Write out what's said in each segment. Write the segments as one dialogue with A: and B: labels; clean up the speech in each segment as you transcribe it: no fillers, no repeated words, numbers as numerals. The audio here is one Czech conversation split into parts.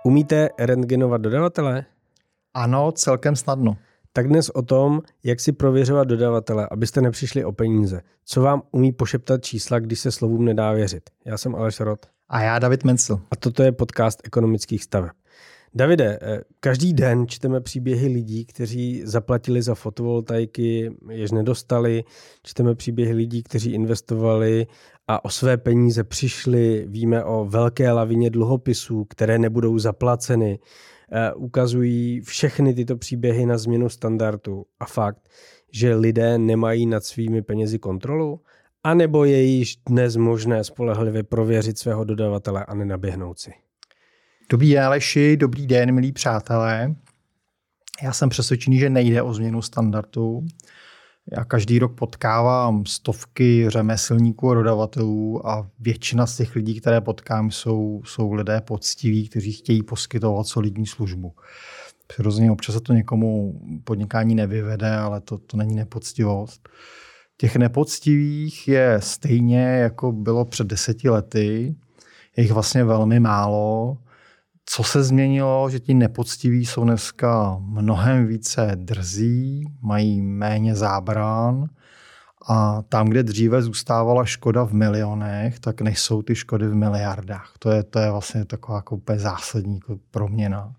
A: Umíte rentgenovat dodavatele?
B: Ano, celkem snadno.
A: Tak dnes o tom, jak si prověřovat dodavatele, abyste nepřišli o peníze. Co vám umí pošeptat čísla, když se slovům nedá věřit. Já jsem Aleš Rod.
B: A já David Mencl.
A: A toto je podcast ekonomických staveb. Davide, každý den čteme příběhy lidí, kteří zaplatili za fotovoltaiky, jež nedostali. Čteme příběhy lidí, kteří investovali a o své peníze přišli. Víme o velké lavině dluhopisů, které nebudou zaplaceny. Ukazují všechny tyto příběhy na změnu standardu a fakt, že lidé nemají nad svými penězi kontrolu, anebo je již dnes možné spolehlivě prověřit svého dodavatele a nenaběhnout si.
B: Dobrý den, Aleši, dobrý den, milí přátelé. Já jsem přesvědčený, že nejde o změnu standardu. Já každý rok potkávám stovky řemeslníků a dodavatelů a většina z těch lidí, které potkám, jsou lidé poctiví, kteří chtějí poskytovat solidní službu. Přirozeně občas se to někomu podnikání nevyvede, ale to není nepoctivost. Těch nepoctivých je stejně, jako bylo před 10 lety. Je jich vlastně velmi málo. Co se změnilo, že ti nepoctiví jsou dneska mnohem více drzí, mají méně zábran a tam, kde dříve zůstávala škoda v milionech, tak nejsou ty škody v miliardách. To je vlastně taková jako úplně zásadní proměna.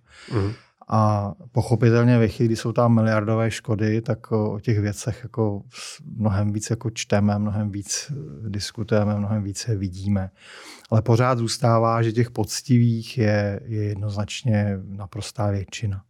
B: A pochopitelně ve chvíli, kdy jsou tam miliardové škody, tak o těch věcech jako mnohem víc jako čteme, mnohem víc diskutujeme, mnohem více vidíme. Ale pořád zůstává, že těch poctivých je jednoznačně naprostá většina.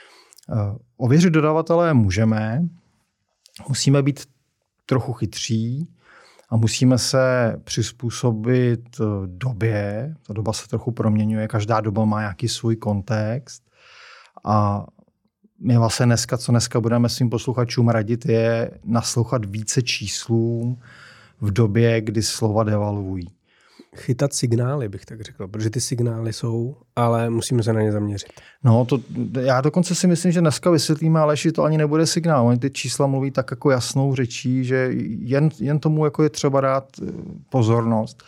B: Ověřit dodavatele můžeme, musíme být trochu chytří a musíme se přizpůsobit době. Ta doba se trochu proměňuje, každá doba má nějaký svůj kontext. A my vlastně dneska budeme svým posluchačům radit, je naslouchat více číslům v době, kdy slova devalvují.
A: Chytat signály, bych tak řekl, protože ty signály jsou, ale musíme se na ně zaměřit.
B: No, já dokonce si myslím, že dneska vysvětlíme, ale že to ani nebude signál. Oni ty čísla mluví tak jako jasnou řečí, že jen tomu jako je třeba dát pozornost.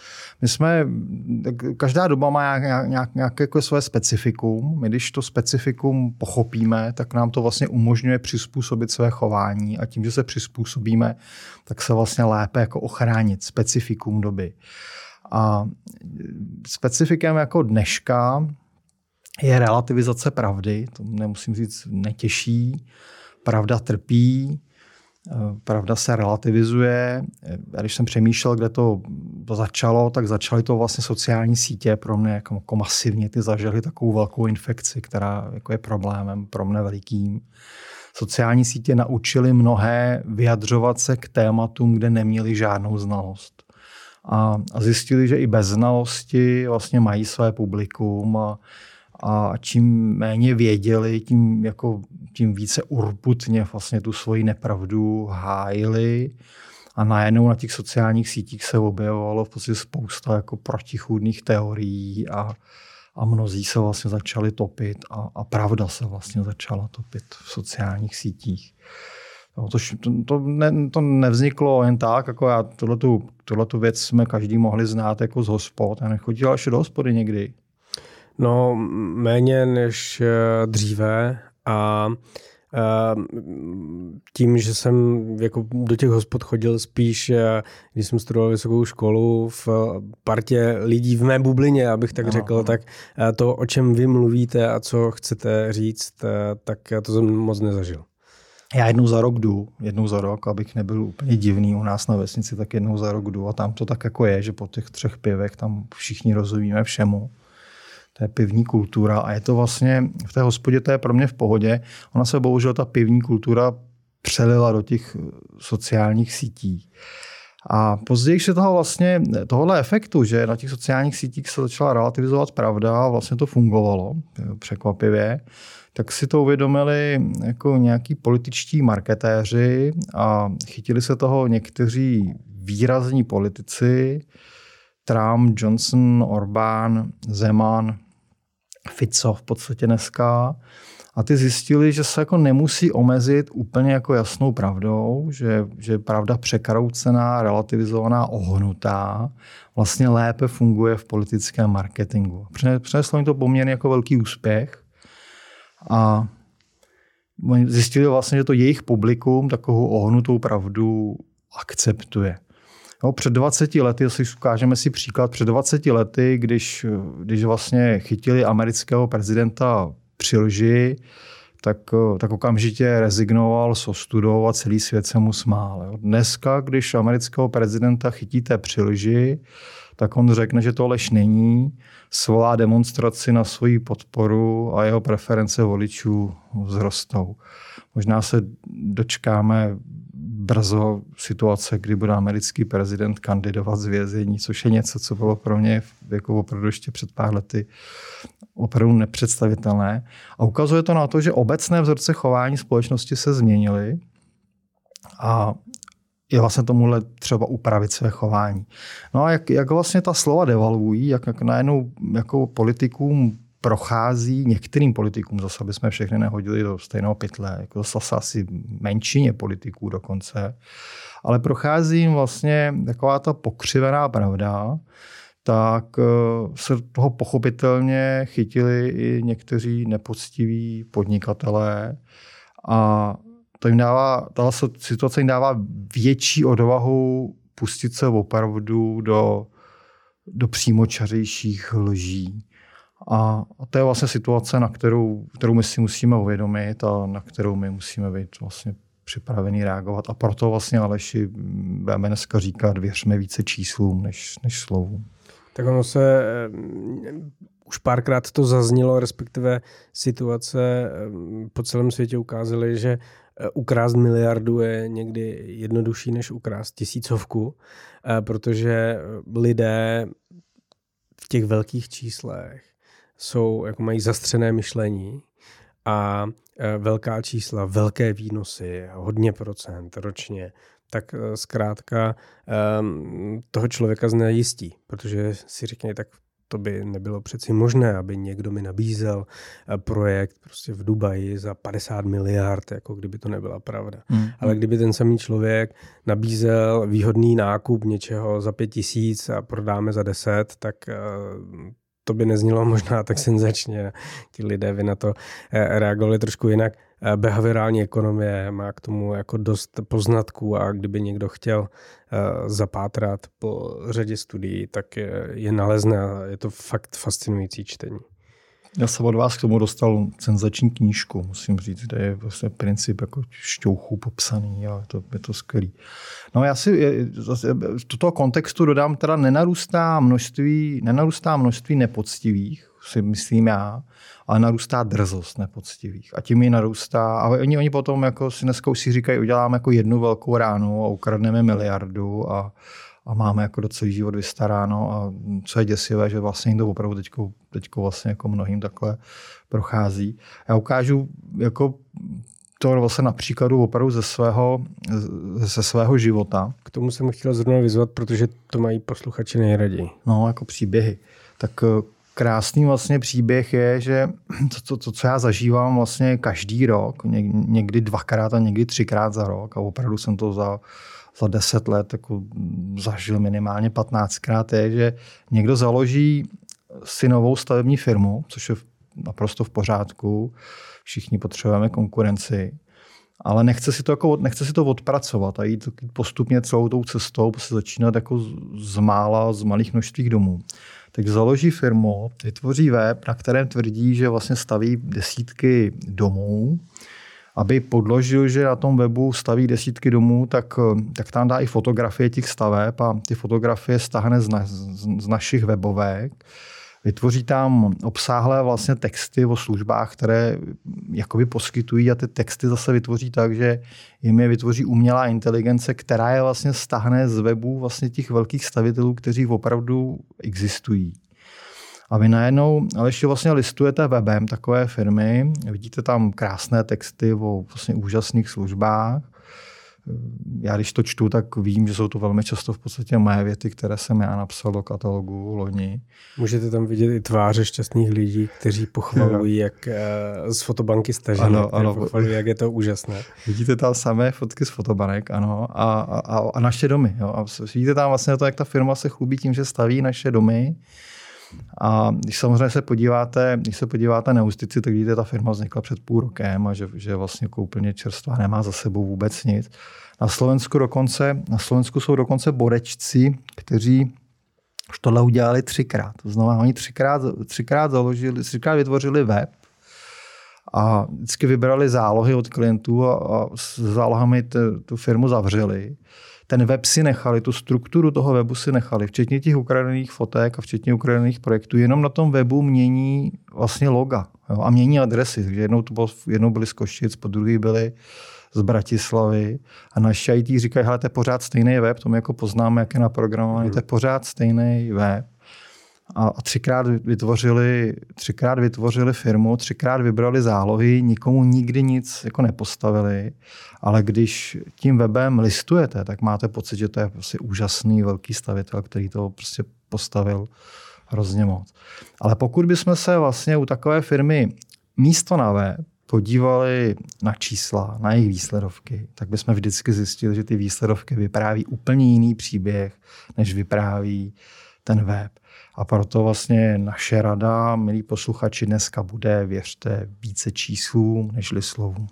B: Každá doba má nějaké jako své specifikum. My, když to specifikum pochopíme, tak nám to vlastně umožňuje přizpůsobit své chování a tím, že se přizpůsobíme, tak se vlastně lépe jako ochránit specifikum doby. A specifikem jako dneška je relativizace pravdy. To nemusím říct netěší. Pravda trpí, pravda se relativizuje. A když jsem přemýšlel, kde to začalo, tak začaly to vlastně sociální sítě pro mě jako masivně. Ty zažily takovou velkou infekci, která jako je problémem pro mě velikým. Sociální sítě naučily mnohé vyjadřovat se k tématům, kde neměli žádnou znalost. A zjistili, že i bez znalosti vlastně mají své publikum a čím méně věděli, tím více urputně vlastně tu svoji nepravdu hájili a najednou na těch sociálních sítích se objevovalo v podstatě spousta jako protichůdných teorií a mnozí se vlastně začali topit a pravda se vlastně začala topit v sociálních sítích. To nevzniklo jen tak, jako já tuhletu věc jsme každý mohli znát jako z hospod. Já nechodil až do hospody někdy.
A: No, méně než dříve a tím, že jsem jako do těch hospod chodil spíš, když jsem studoval vysokou školu v partě lidí v mé bublině, abych tak řekl, tak to, o čem vy mluvíte a co chcete říct, tak to jsem moc nezažil.
B: Já jednou za rok, abych nebyl úplně divný u nás na vesnici, tak jednou za rok jdu a tam to tak jako je, že po těch 3 pivech tam všichni rozumíme všemu. To je pivní kultura a je to vlastně, v té hospodě to je pro mě v pohodě. Ona se bohužel ta pivní kultura přelila do těch sociálních sítí. A později se tohohle efektu, že na těch sociálních sítích se začala relativizovat pravda a vlastně to fungovalo překvapivě, tak si to uvědomili jako nějaký političtí marketéři a chytili se toho někteří výrazní politici, Trump, Johnson, Orbán, Zeman, Fico v podstatě dneska A ty zjistili, že se jako nemusí omezit úplně jako jasnou pravdou, že pravda překroucená, relativizovaná, ohnutá vlastně lépe funguje v politickém marketingu. Přineslo jim to poměrně jako velký úspěch a zjistili vlastně, že to jejich publikum takovou ohnutou pravdu akceptuje. No, před 20 lety, ukážeme si příklad, před 20 lety, když vlastně chytili amerického prezidenta při lži, tak okamžitě rezignoval s ostudou a celý svět se mu smál. Dneska, když amerického prezidenta chytíte při lži, tak on řekne, že to lež není, svolá demonstraci na svoji podporu a jeho preference voličů vzrostou. Možná se dočkáme brzo situace, kdy bude americký prezident kandidovat z vězení, což je něco, co bylo pro mě jako opravdu ještě před pár lety opravdu nepředstavitelné. A ukazuje to na to, že obecné vzorce chování společnosti se změnily a je vlastně tomuhle třeba upravit své chování. No a jak vlastně ta slova devalvují, jak najednou jako politikům prochází, některým politikům, zase aby jsme všechny nehodili do stejného pytle, jako zase asi menšině politiků dokonce, ale prochází jim vlastně taková ta pokřivená pravda, tak se toho pochopitelně chytili i někteří nepoctiví podnikatelé a tato situace jim dává větší odvahu pustit se opravdu do přímočařejších lží. A to je vlastně situace, na kterou my si musíme uvědomit a na kterou my musíme být vlastně připravený reagovat. A proto vlastně Aleši budeme dneska říkat, věřme více číslům než slovům.
A: Tak ono se už párkrát to zaznělo, respektive situace po celém světě ukázaly, že ukrást miliardu je někdy jednodušší než ukrást 1000, protože lidé v těch velkých číslech jako mají zastřené myšlení a velká čísla, velké výnosy, hodně procent ročně, tak zkrátka toho člověka znejistí, protože si řekne, tak to by nebylo přeci možné, aby někdo mi nabízel projekt prostě v Dubaji za 50 miliard, jako kdyby to nebyla pravda. Ale kdyby ten samý člověk nabízel výhodný nákup něčeho za 5000 a prodáme za 10, tak to by neznělo možná tak senzačně. Ti lidé by na to reagovali trošku jinak. Behaviorální ekonomie má k tomu jako dost poznatků a kdyby někdo chtěl zapátrat po řadě studií, tak je nalezne a je to fakt fascinující čtení.
B: Já jsem od vás k tomu dostal senzační knížku, musím říct, kde je vlastně princip jako šťouchů popsaný a je to skvělý. No já si do toho kontextu dodám, teda nenarůstá množství nepoctivých, si myslím já, ale narůstá drzost nepoctivých. A tím ji narůstá, a oni potom jako si dneska už si říkají, uděláme jako jednu velkou ránu a ukradneme miliardu a máme jako do celý život vystaráno a co je děsivé, že vlastně jim to opravdu teďko vlastně jako mnohým takhle prochází. Já ukážu jako to vlastně na příkladu opravdu ze svého života. K tomu jsem chtěl zrovna vyzvat, protože to mají posluchači nejraději. No, jako příběhy. Tak krásný vlastně příběh je, že to, co já zažívám vlastně každý rok, někdy 2krát a někdy 3krát za rok a opravdu jsem to za 10 let jako zažil minimálně 15krát, je, že někdo založí si novou stavební firmu, což je naprosto v pořádku, všichni potřebujeme konkurenci, ale nechce si to odpracovat a jít postupně celou tou cestou, se začínat jako z malých množství domů. Tak založí firmu, vytvoří web, na kterém tvrdí, že vlastně staví desítky domů. Aby podložil, že na tom webu staví desítky domů, tak tam dá i fotografie těch staveb a ty fotografie stáhne z našich webovek. Vytvoří tam obsáhlé vlastně texty o službách, které jakoby poskytují a ty texty zase vytvoří tak, že jim je vytvoří umělá inteligence, která je vlastně stáhne z webů vlastně těch velkých stavitelů, kteří opravdu existují. A vy najednou, ale ještě vlastně listujete webem takové firmy, vidíte tam krásné texty o vlastně úžasných službách, Já když to čtu, tak vím, že jsou to velmi často v podstatě moje věty, které jsem já napsal do katalogu loni.
A: Můžete tam vidět i tváře šťastných lidí, kteří pochvalují, jak z fotobanky stažené, pochvalují, jak je to úžasné.
B: Vidíte tam samé fotky z fotobanek, ano, a naše domy. Jo. A vidíte tam vlastně to, jak ta firma se chlubí tím, že staví naše domy. A když samozřejmě se podíváte na Ústici, tak vidíte, ta firma vznikla před půl rokem a že vlastně jako úplně čerstvá, nemá za sebou vůbec nic. Na Slovensku jsou dokonce Borečci, kteří už tohle udělali 3krát. To znamená, oni třikrát vytvořili web a vždycky vybrali zálohy od klientů a s zálohami tu firmu zavřeli. Ten web si nechali, tu strukturu toho webu si nechali, včetně těch ukradených fotek a včetně ukradených projektů. Jenom na tom webu mění vlastně loga, jo, a mění adresy. Takže jednou byli z Košic, po druhý byli z Bratislavy a naši IT říkají, hele, to je pořád stejný web, to my jako poznáme, jak je naprogramovaný, to je pořád stejný web. A třikrát vytvořili firmu, 3krát vybrali zálohy, nikomu nikdy nic jako nepostavili, ale když tím webem listujete, tak máte pocit, že to je prostě úžasný velký stavitel, který to prostě postavil hrozně moc. Ale pokud bychom se vlastně u takové firmy místo na web podívali na čísla, na jejich výsledovky, tak bychom vždycky zjistili, že ty výsledovky vypráví úplně jiný příběh, než vypráví ten web. A proto vlastně naše rada, milí posluchači, dneska bude, věřte, více číslům nežli slovům.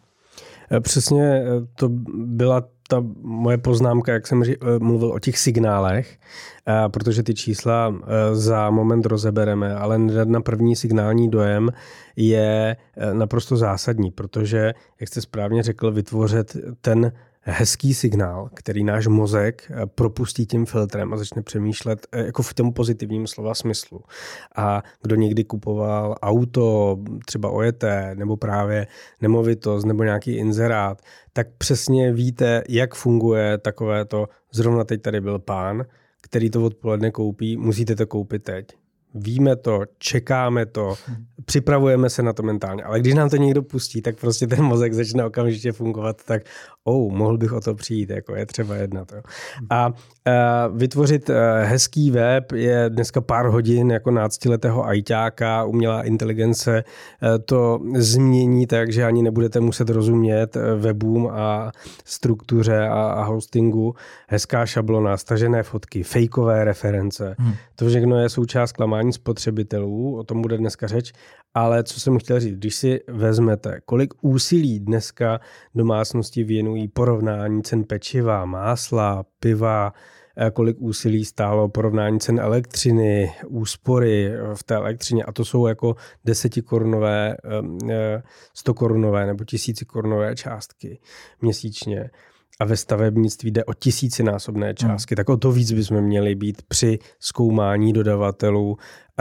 A: Přesně to byla ta moje poznámka, jak jsem mluvil o těch signálech, protože ty čísla za moment rozebereme, ale na první signální dojem je naprosto zásadní, protože, jak jste správně řekl, vytvořit ten hezký signál, který náš mozek propustí tím filtrem a začne přemýšlet jako v tom pozitivním slova smyslu. A kdo někdy kupoval auto, třeba ojeté, nebo právě nemovitost, nebo nějaký inzerát, tak přesně víte, jak funguje takovéto, zrovna teď tady byl pán, který to odpoledne koupí, musíte to koupit teď. Víme to, čekáme to, připravujeme se na to mentálně, ale když nám to někdo pustí, tak prostě ten mozek začne okamžitě fungovat tak, mohl bych o to přijít, jako je třeba jednat. Jo. A vytvořit hezký web je dneska pár hodin jako náctiletého ajťáka, umělá inteligence to změní tak, že ani nebudete muset rozumět webům a struktuře a hostingu. Hezká šablona, stažené fotky, fejkové reference. To všechno je součást klamání spotřebitelů, o tom bude dneska řeč, ale co jsem chtěl říct, když si vezmete, kolik úsilí dneska domácnosti věnují porovnání cen pečiva, másla, piva, kolik úsilí stálo porovnání cen elektřiny, úspory v té elektřině, a to jsou jako 10korunové, 100korunové nebo 1000korunové částky měsíčně. A ve stavebnictví jde o 1000násobné částky, tak o to víc bychom měli být při zkoumání dodavatelů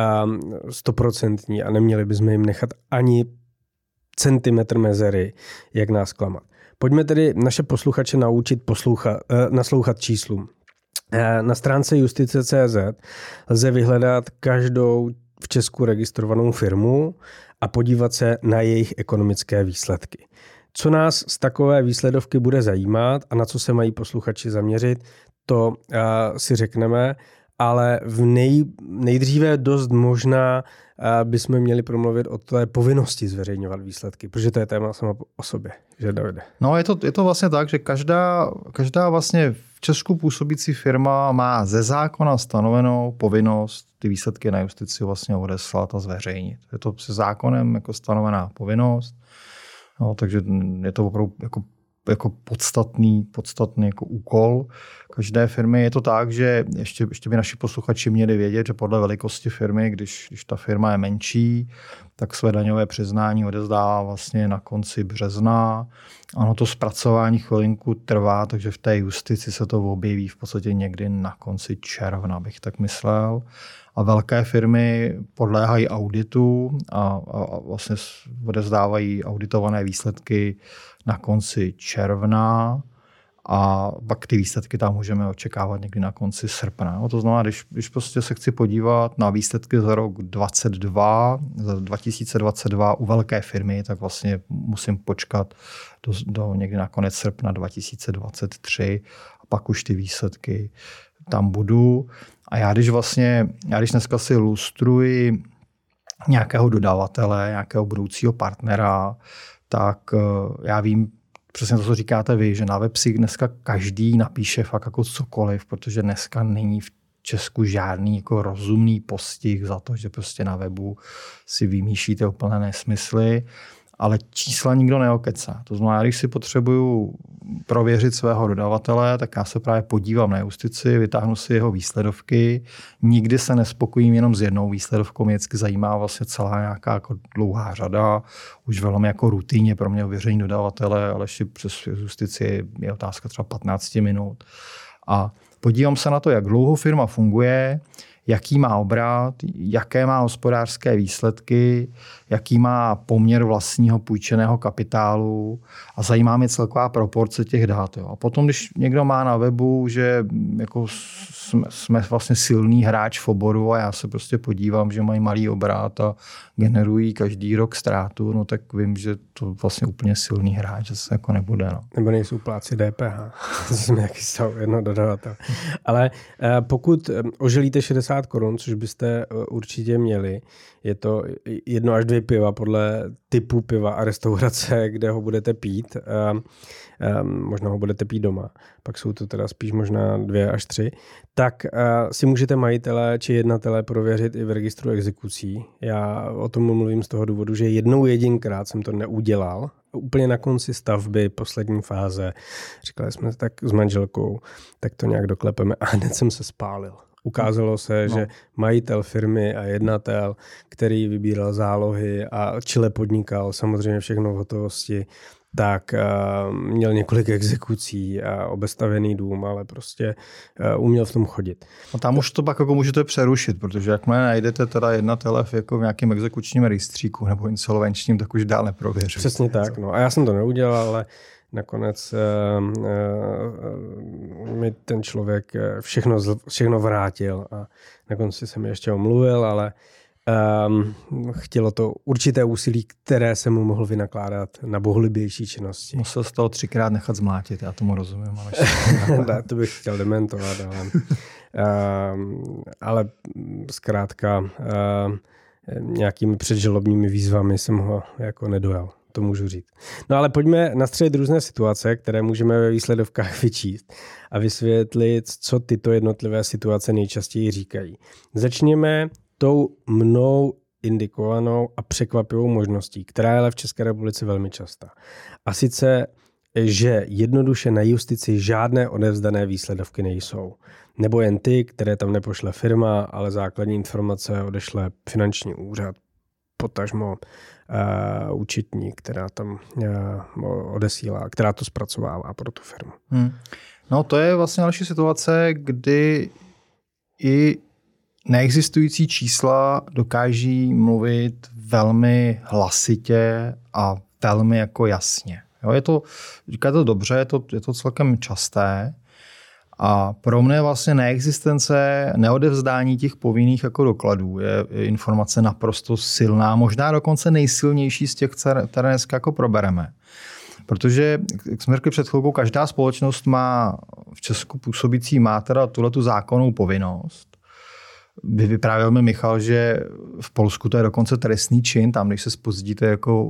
A: 100% a neměli bychom jim nechat ani centimetr mezery, jak nás klamat. Pojďme tedy naše posluchače naučit naslouchat číslům. Na stránce justice.cz lze vyhledat každou v Česku registrovanou firmu a podívat se na jejich ekonomické výsledky. Co nás z takové výsledovky bude zajímat a na co se mají posluchači zaměřit, to si řekneme, ale nejdříve dost možná bychom měli promluvit o té povinnosti zveřejňovat výsledky, protože to je téma sama o sobě, že Davide?
B: No, je to vlastně tak, že každá vlastně v Česku působící firma má ze zákona stanovenou povinnost ty výsledky na justici vlastně odeslat a zveřejnit. Je to se zákonem jako stanovená povinnost. No, takže je to opravdu jako podstatný jako úkol každé firmy. Je to tak, že ještě by naši posluchači měli vědět, že podle velikosti firmy, když ta firma je menší, tak své daňové přiznání odezdává vlastně na konci března. Ano, to zpracování chvilinku trvá, takže v té justici se to objeví v podstatě někdy na konci června, bych tak myslel. A velké firmy podléhají auditu a vlastně odevzdávají auditované výsledky na konci června a pak ty výsledky tam můžeme očekávat někdy na konci srpna. To znamená, když prostě se chci podívat na výsledky za rok 2022 u velké firmy, tak vlastně musím počkat do někdy na konec srpna 2023 a pak už ty výsledky tam budu. A já když dneska si lustruji nějakého dodavatele, nějakého budoucího partnera, tak já vím přesně to, co říkáte vy, že na web si dneska každý napíše fakt jako cokoliv, protože dneska není v Česku žádný jako rozumný postih za to, že prostě na webu si vymýšlíte úplné nesmysly, ale čísla nikdo neokecá. To znamená, když si potřebuju prověřit svého dodavatele, tak já se právě podívám na Justici, vytáhnu si jeho výsledovky. Nikdy se nespokojím jenom s jednou výsledovkou, mě vždycky zajímá vlastně celá nějaká jako dlouhá řada, už velmi jako rutině pro mě ověření dodavatele, ale ještě přes Justici je otázka třeba 15 minut. A podívám se na to, jak dlouho firma funguje, jaký má obrat, jaké má hospodářské výsledky, jaký má poměr vlastního půjčeného kapitálu a zajímá mě celková proporce těch dat. Jo. A potom, když někdo má na webu, že jako jsme vlastně silný hráč v oboru a já se prostě podívám, že mají malý obrat a generují každý rok ztrátu, no tak vím, že to vlastně úplně silný hráč zase jako nebude. No.
A: Nebo nejsou pláci DPH. To jsme jaký jsou jedno dodavatel. Ale pokud oželíte 60 korun, což byste určitě měli, je to 1 až 2 piva podle typu piva a restaurace, kde ho budete pít. Možná ho budete pít doma. Pak jsou to teda spíš možná 2 až 3. Tak si můžete majitele či jednatele prověřit i v registru exekucí. Já o tom mluvím z toho důvodu, že jedinkrát jsem to neudělal. Úplně na konci stavby, poslední fáze. Říkali jsme tak s manželkou, tak to nějak doklepeme a hned jsem se spálil. Ukázalo se, že majitel firmy a jednatel, který vybíral zálohy a čile podnikal, samozřejmě všechno v hotovosti, tak měl několik exekucí a obestavěný dům, ale prostě uměl v tom chodit.
B: A tam už to pak jako můžete přerušit, protože jakmile najdete teda jednatele jako v nějakém exekučním rejstříku nebo insolvenčním, tak už dál neprověřujete.
A: Přesně tak. No. A já jsem to neudělal, ale nakonec mi ten člověk všechno vrátil a na konci jsem ještě omluvil, ale chtělo to určité úsilí, které se mu mohl vynakládat na bohulibější činnosti.
B: Musel z toho 3krát nechat zmlátit, já tomu rozumím.
A: Ale to bych chtěl dementovat, ale zkrátka nějakými předžalobními výzvami jsem ho jako nedojal. To můžu říct. No ale pojďme nastřelit různé situace, které můžeme ve výsledovkách vyčíst a vysvětlit, co tyto jednotlivé situace nejčastěji říkají. Začněme tou mnou indikovanou a překvapivou možností, která je ale v České republice velmi častá. A sice, že jednoduše na Justici žádné odevzdané výsledovky nejsou. Nebo jen ty, které tam nepošle firma, ale základní informace odešle finanční úřad, potažmo účetní, která tam odesílá, která to zpracovává pro tu firmu.
B: No to je vlastně další situace, kdy i neexistující čísla dokáží mluvit velmi hlasitě a velmi jako jasně. Jo, říkáte to dobře, je to celkem časté. A pro mě vlastně neexistence, neodevzdání těch povinných jako dokladů je informace naprosto silná, možná dokonce nejsilnější z těch, které dneska jako probereme. Protože, jak jsme řekli před chvilkou, každá společnost má v Česku působící má teda tuhletu zákonnou povinnost. Vyprávěl mi Michal, že v Polsku to je dokonce trestný čin, tam když se zpozdíte jako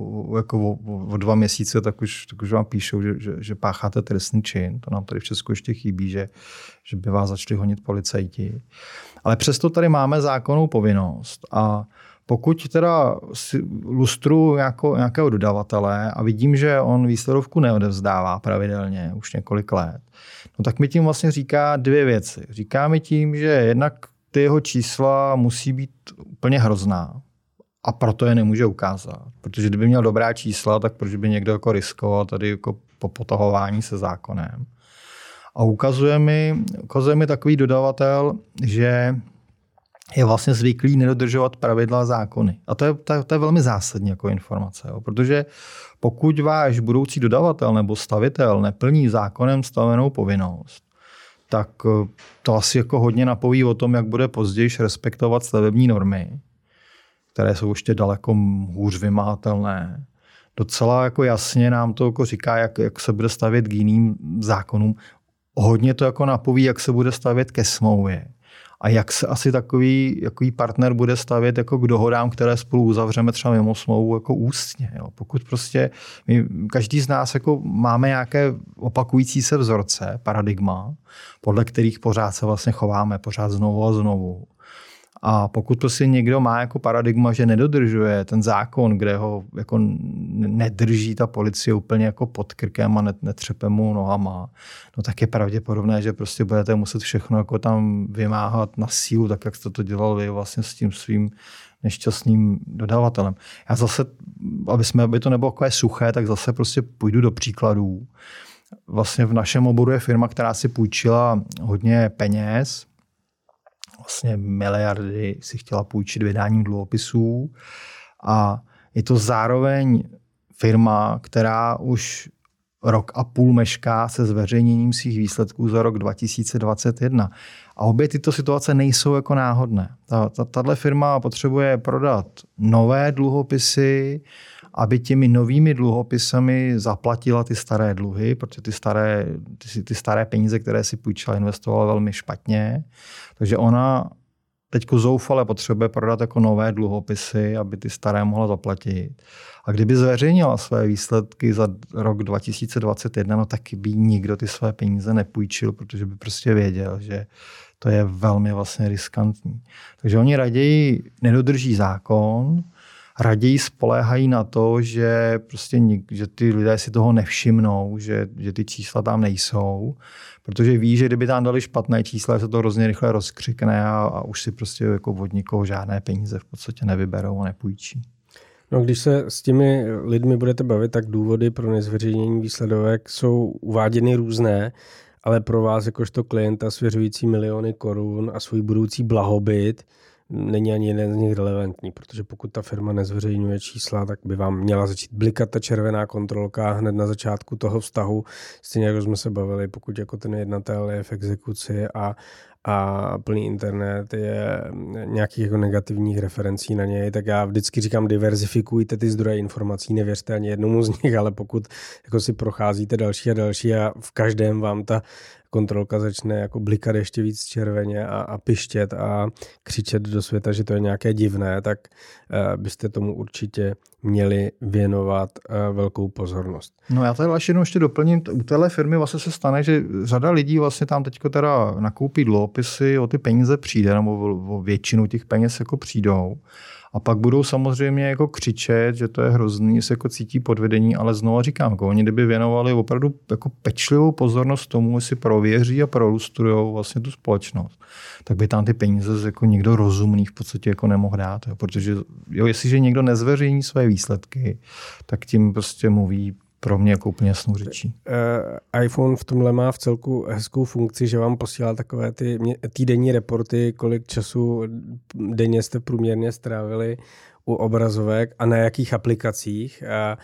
B: o 2 měsíce, tak už vám píšou, že pácháte trestný čin. To nám tady v Česku ještě chybí, že by vás začali honit policajti. Ale přesto tady máme zákonnou povinnost a pokud teda si lustruju nějakého dodavatele a vidím, že on výsledovku neodevzdává pravidelně už několik let, no tak mi tím vlastně říká 2 věci. Říká mi tím, že jednak ty jeho čísla musí být úplně hrozná a proto je nemůže ukázat. Protože kdyby měl dobrá čísla, tak proč by někdo jako riskoval tady jako popotahování se zákonem. A ukazuje mi takový dodavatel, že je vlastně zvyklý nedodržovat pravidla a zákony. A to je velmi zásadní jako informace, jo? Protože pokud váš budoucí dodavatel nebo stavitel neplní zákonem stanovenou povinnost, tak to asi jako hodně napoví o tom, jak bude později respektovat stavební normy, které jsou ještě daleko hůř vymahatelné. Docela jako jasně nám to jako říká, jak se bude stavět k jiným zákonům. Hodně to jako napoví, jak se bude stavět ke smlouvě. A jak se asi takový partner bude stavět jako k dohodám, které spolu uzavřeme třeba mimo smlouvu jako ústně. Jo. Pokud prostě každý z nás jako máme nějaké opakující se vzorce, paradigma, podle kterých pořád se vlastně chováme, pořád znovu a znovu. A pokud prostě někdo má jako paradigma, že nedodržuje ten zákon, kde ho jako nedrží ta policie úplně jako pod krkem a netřepe mu nohama, no tak je pravděpodobné, že prostě budete muset všechno jako tam vymáhat na sílu, tak jak jste to dělal vy vlastně s tím svým nešťastným dodavatelem. Já zase, aby to nebylo takové suché, tak zase prostě půjdu do příkladů. Vlastně v našem oboru je firma, která si půjčila hodně peněz, vlastně miliardy si chtěla půjčit vydáním dluhopisů a je to zároveň firma, která už rok a půl mešká se zveřejněním svých výsledků za rok 2021. A obě tyto situace nejsou jako náhodné. Tato firma potřebuje prodat nové dluhopisy, aby těmi novými dluhopisami zaplatila ty staré dluhy, protože ty staré peníze, které si půjčila, investovala velmi špatně. Takže ona teďko zoufale potřebuje prodat jako nové dluhopisy, aby ty staré mohla zaplatit. A kdyby zveřejnila své výsledky za rok 2021, no tak by nikdo ty své peníze nepůjčil, protože by prostě věděl, že to je velmi vlastně riskantní. Takže oni raději nedodrží zákon, raději spoléhají na to, že prostě že ty lidé si toho nevšimnou, že ty čísla tam nejsou, protože ví, že kdyby tam dali špatné čísla, se to hrozně rychle rozkřikne a už si prostě jako od nikoho žádné peníze v podstatě nevyberou a nepůjčí.
A: No, když se s těmi lidmi budete bavit, tak důvody pro nezveřejnění výsledovek jsou uváděny různé, ale pro vás jakožto klienta svěřující miliony korun a svůj budoucí blahobyt není ani jeden z nich relevantní, protože pokud ta firma nezveřejňuje čísla, tak by vám měla začít blikat ta červená kontrolka hned na začátku toho vztahu. Stejně jako jsme se bavili, pokud jako ten jednatel je v exekuci a plný internet je nějakých jako negativních referencí na něj, tak já vždycky říkám, diverzifikujte ty zdroje informací, nevěřte ani jednomu z nich, ale pokud jako si procházíte další a další a v každém vám ta kontrolka začne jako blikat ještě víc červeně a pištět a křičet do světa, že to je nějaké divné, tak byste tomu určitě měli věnovat velkou pozornost.
B: No já tady ještě doplním, u téhle firmy vlastně se stane, že řada lidí vlastně tam teďko teda nakoupí dluhopisy, o ty peníze přijde, nebo o většinu těch peněz jako přijdou. A pak budou samozřejmě jako křičet, že to je hrozný, že se jako cítí podvedení, ale znovu říkám, jako oni kdyby věnovali opravdu jako pečlivou pozornost tomu, jestli prověří a prolustujou vlastně tu společnost, tak by tam ty peníze jako někdo rozumný v podstatě jako nemohl dát. Jo. Protože jestliže někdo nezveřejní své výsledky, tak tím prostě mluví pro mě jako úplně jasnou řečí.
A: iPhone v tomhle má v celku hezkou funkci, že vám posílá takové ty týdenní reporty, kolik času denně jste průměrně strávili u obrazovek a na jakých aplikacích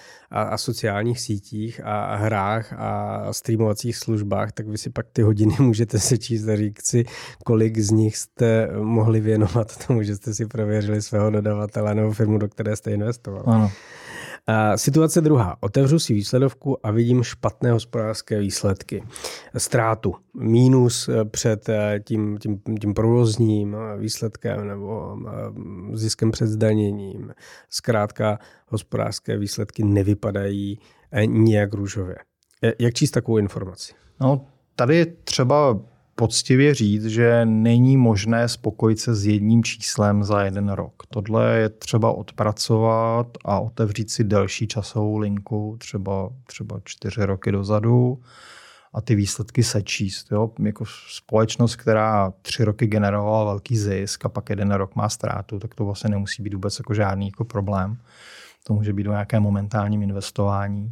A: a sociálních sítích a hrách a streamovacích službách, tak vy si pak ty hodiny můžete sečíst a říct si, kolik z nich jste mohli věnovat tomu, že jste si prověřili svého dodavatele nebo firmu, do které jste investovali.
B: Ano.
A: Situace druhá. Otevřu si výsledovku a vidím špatné hospodářské výsledky. Ztrátu. Mínus před tím provozním výsledkem nebo ziskem před zdaněním. Zkrátka hospodářské výsledky nevypadají nijak růžově. Jak číst takovou informaci?
B: No, tady je třeba poctivě říct, že není možné spokojit se s jedním číslem za jeden rok. Tohle je třeba odpracovat a otevřít si delší časovou linku, třeba 4 roky dozadu a ty výsledky sečíst. Jo? Jako společnost, která 3 roky generovala velký zisk a pak 1 rok má ztrátu, tak to vlastně nemusí být vůbec jako žádný jako problém. To může být o nějakém momentálním investování.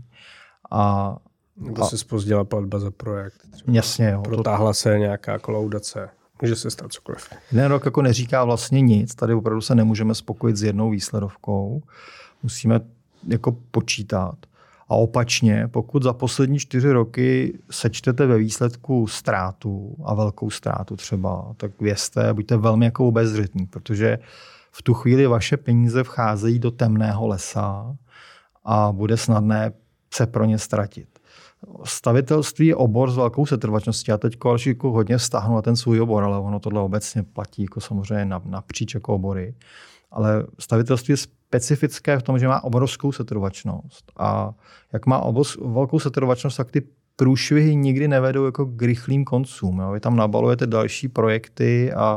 A: Nebo se zpozdila platba za projekt.
B: Jasně, jo.
A: Protáhla se nějaká kolaudace. Může se stát cokoliv.
B: Jeden rok jako neříká vlastně nic. Tady opravdu se nemůžeme spokojit s jednou výsledovkou. Musíme jako počítat. A opačně, pokud za poslední 4 roky sečtete ve výsledku ztrátu a velkou ztrátu třeba, tak vězte, buďte velmi jako obezřetní, protože v tu chvíli vaše peníze vcházejí do temného lesa a bude snadné se pro ně ztratit. Stavitelství je obor s velkou setrvačností. Já teď jako hodně vztahnu na ten svůj obor, ale ono tohle obecně platí jako samozřejmě napříč jako obory. Ale stavitelství je specifické v tom, že má obrovskou setrvačnost. A jak má velkou setrvačnost, tak ty průšvihy nikdy nevedou jako k rychlým koncům. Jo? Vy tam nabalujete další projekty a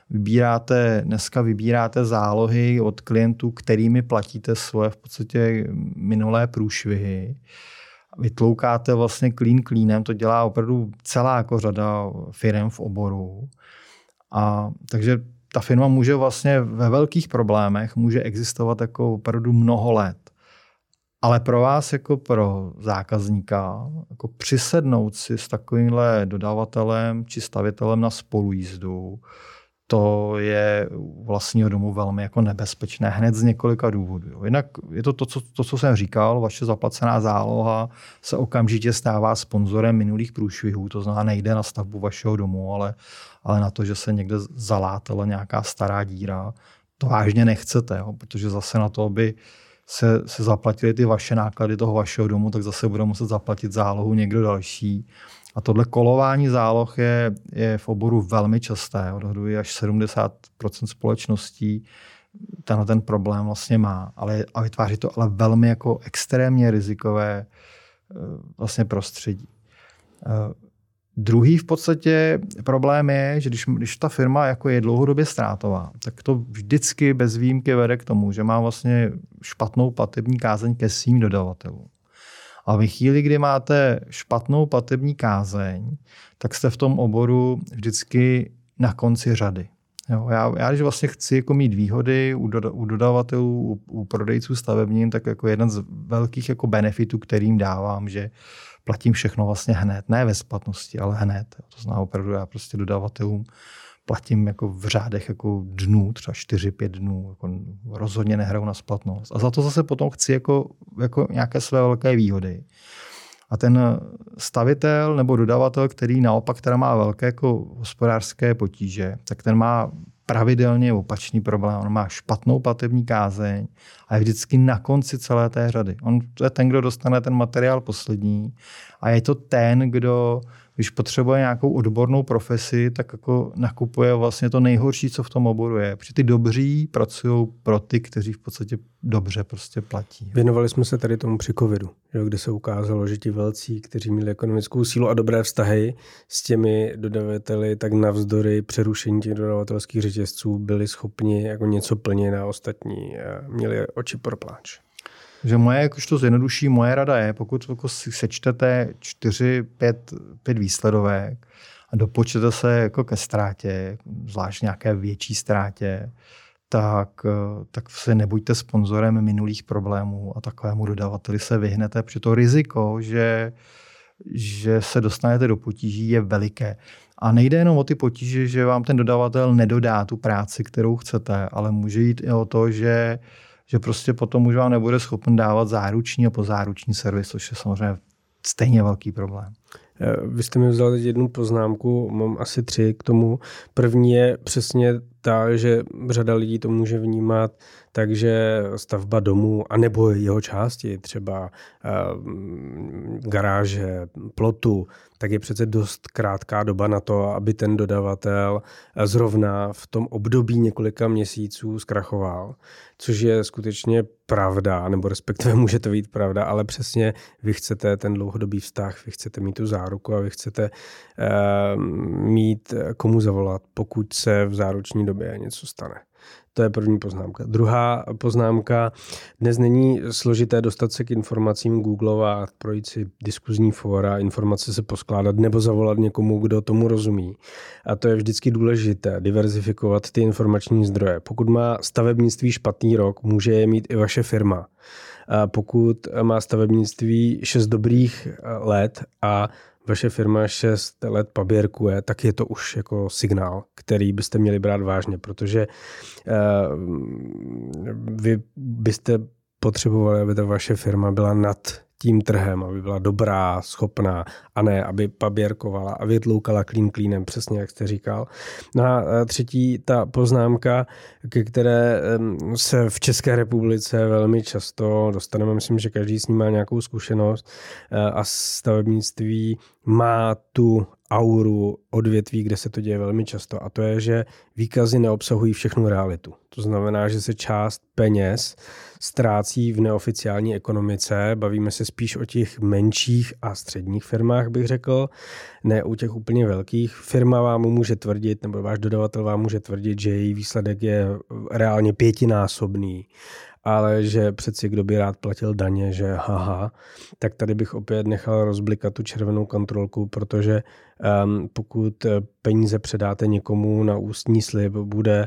B: dneska vybíráte zálohy od klientů, kterými platíte svoje v podstatě minulé průšvihy. Vytloukáte vlastně klín klínem, to dělá opravdu celá jako řada firem v oboru. A takže ta firma může vlastně ve velkých problémech může existovat jako opravdu mnoho let. Ale pro vás jako pro zákazníka jako přisednout si s takovýmhle dodavatelem či stavitelem na spolujízdu, to je vlastního domu velmi jako nebezpečné hned z několika důvodů. Jinak je to, co jsem říkal, vaše zaplacená záloha se okamžitě stává sponzorem minulých průšvihů, to znamená nejde na stavbu vašeho domu, ale na to, že se někde zalátala nějaká stará díra. To vážně nechcete, jo? Protože zase na to, aby se zaplatili ty vaše náklady toho vašeho domu, tak zase bude muset zaplatit zálohu někdo další. A tohle kolování záloh je v oboru velmi časté. Odhaduji až 70% společností ten problém vlastně má. A vytváří to ale velmi jako extrémně rizikové vlastně prostředí. Druhý v podstatě problém je, že když ta firma jako je dlouhodobě ztrátová, tak to vždycky bez výjimky vede k tomu, že má vlastně špatnou platební kázeň ke svým dodavatelům. A ve chvíli, kdy máte špatnou platební kázeň, tak jste v tom oboru vždycky na konci řady. Jo, já když vlastně chci jako mít výhody u dodavatelů, u prodejců stavebním, tak jako jeden z velkých jako benefitů, kterým dávám, že platím všechno vlastně hned. Ne ve splatnosti, ale hned. To znamená opravdu, já prostě dodavatelům platím jako v řádech jako dnů, třeba 4-5 dnů. Jako rozhodně nehraju na splatnost. A za to zase potom chci jako nějaké své velké výhody. A ten stavitel nebo dodavatel, který naopak teda má velké jako hospodářské potíže, tak ten má pravidelně opačný problém. On má špatnou platební kázeň a je vždycky na konci celé té řady. On to je ten, kdo dostane ten materiál poslední a je to ten, kdo, když potřebuje nějakou odbornou profesi, tak jako nakupuje vlastně to nejhorší, co v tom oboru je. Protože ty dobří pracují pro ty, kteří v podstatě dobře prostě platí.
A: Věnovali jsme se tady tomu při covidu, kde se ukázalo, že ti velcí, kteří měli ekonomickou sílu a dobré vztahy s těmi dodavateli, tak navzdory přerušení těch dodavatelských řetězců byli schopni jako něco plnit a ostatní měli oči pro pláč.
B: Že jakož to zjednoduší, moje rada je, pokud jako si sečtete 4-5 výsledovek a dopočtete se jako ke ztrátě, zvlášť nějaké větší ztrátě, tak se nebuďte sponzorem minulých problémů a takovému dodavateli se vyhnete, protože to riziko, že se dostanete do potíží, je veliké. A nejde jenom o ty potíže, že vám ten dodavatel nedodá tu práci, kterou chcete, ale může jít i o to, že prostě potom už vám nebude schopen dávat záruční a pozáruční servis, což je samozřejmě stejně velký problém.
A: Vy jste mi vzal teď jednu poznámku, mám asi 3 k tomu. První je přesně ta, že řada lidí to může vnímat, takže stavba domu, anebo jeho části, třeba garáže, plotu, tak je přece dost krátká doba na to, aby ten dodavatel zrovna v tom období několika měsíců zkrachoval, což je skutečně pravda, nebo respektive může to být pravda, ale přesně vy chcete ten dlouhodobý vztah, vy chcete mít tu záruku a vy chcete mít komu zavolat, pokud se v záruční době něco stane. To je první poznámka. Druhá poznámka. Dnes není složité dostat se k informacím googlovat, projít si diskuzní fóra, informace se poskládat nebo zavolat někomu, kdo tomu rozumí. A to je vždycky důležité, diverzifikovat ty informační zdroje. Pokud má stavebnictví špatný rok, může je mít i vaše firma. A pokud má stavebnictví 6 dobrých let a vaše firma 6 let paběrkuje, tak je to už jako signál, který byste měli brát vážně, protože vy byste potřebovali, aby ta vaše firma byla nad tím trhem, aby byla dobrá, schopná a ne, aby paběrkovala a vytloukala klín klínem, přesně jak jste říkal. No a třetí, ta poznámka, ke které se v České republice velmi často dostaneme, myslím, že každý s ní má nějakou zkušenost a stavebnictví má tu auru odvětví, kde se to děje velmi často, a to je, že výkazy neobsahují všechnu realitu. To znamená, že se část peněz ztrácí v neoficiální ekonomice. Bavíme se spíš o těch menších a středních firmách, bych řekl, ne u těch úplně velkých. Firma vám může tvrdit, nebo váš dodavatel vám může tvrdit, že její výsledek je reálně 5násobný, ale že přeci kdo by rád platil daně, že haha, tak tady bych opět nechal rozblikat tu červenou kontrolku, protože pokud peníze předáte někomu na ústní slib, bude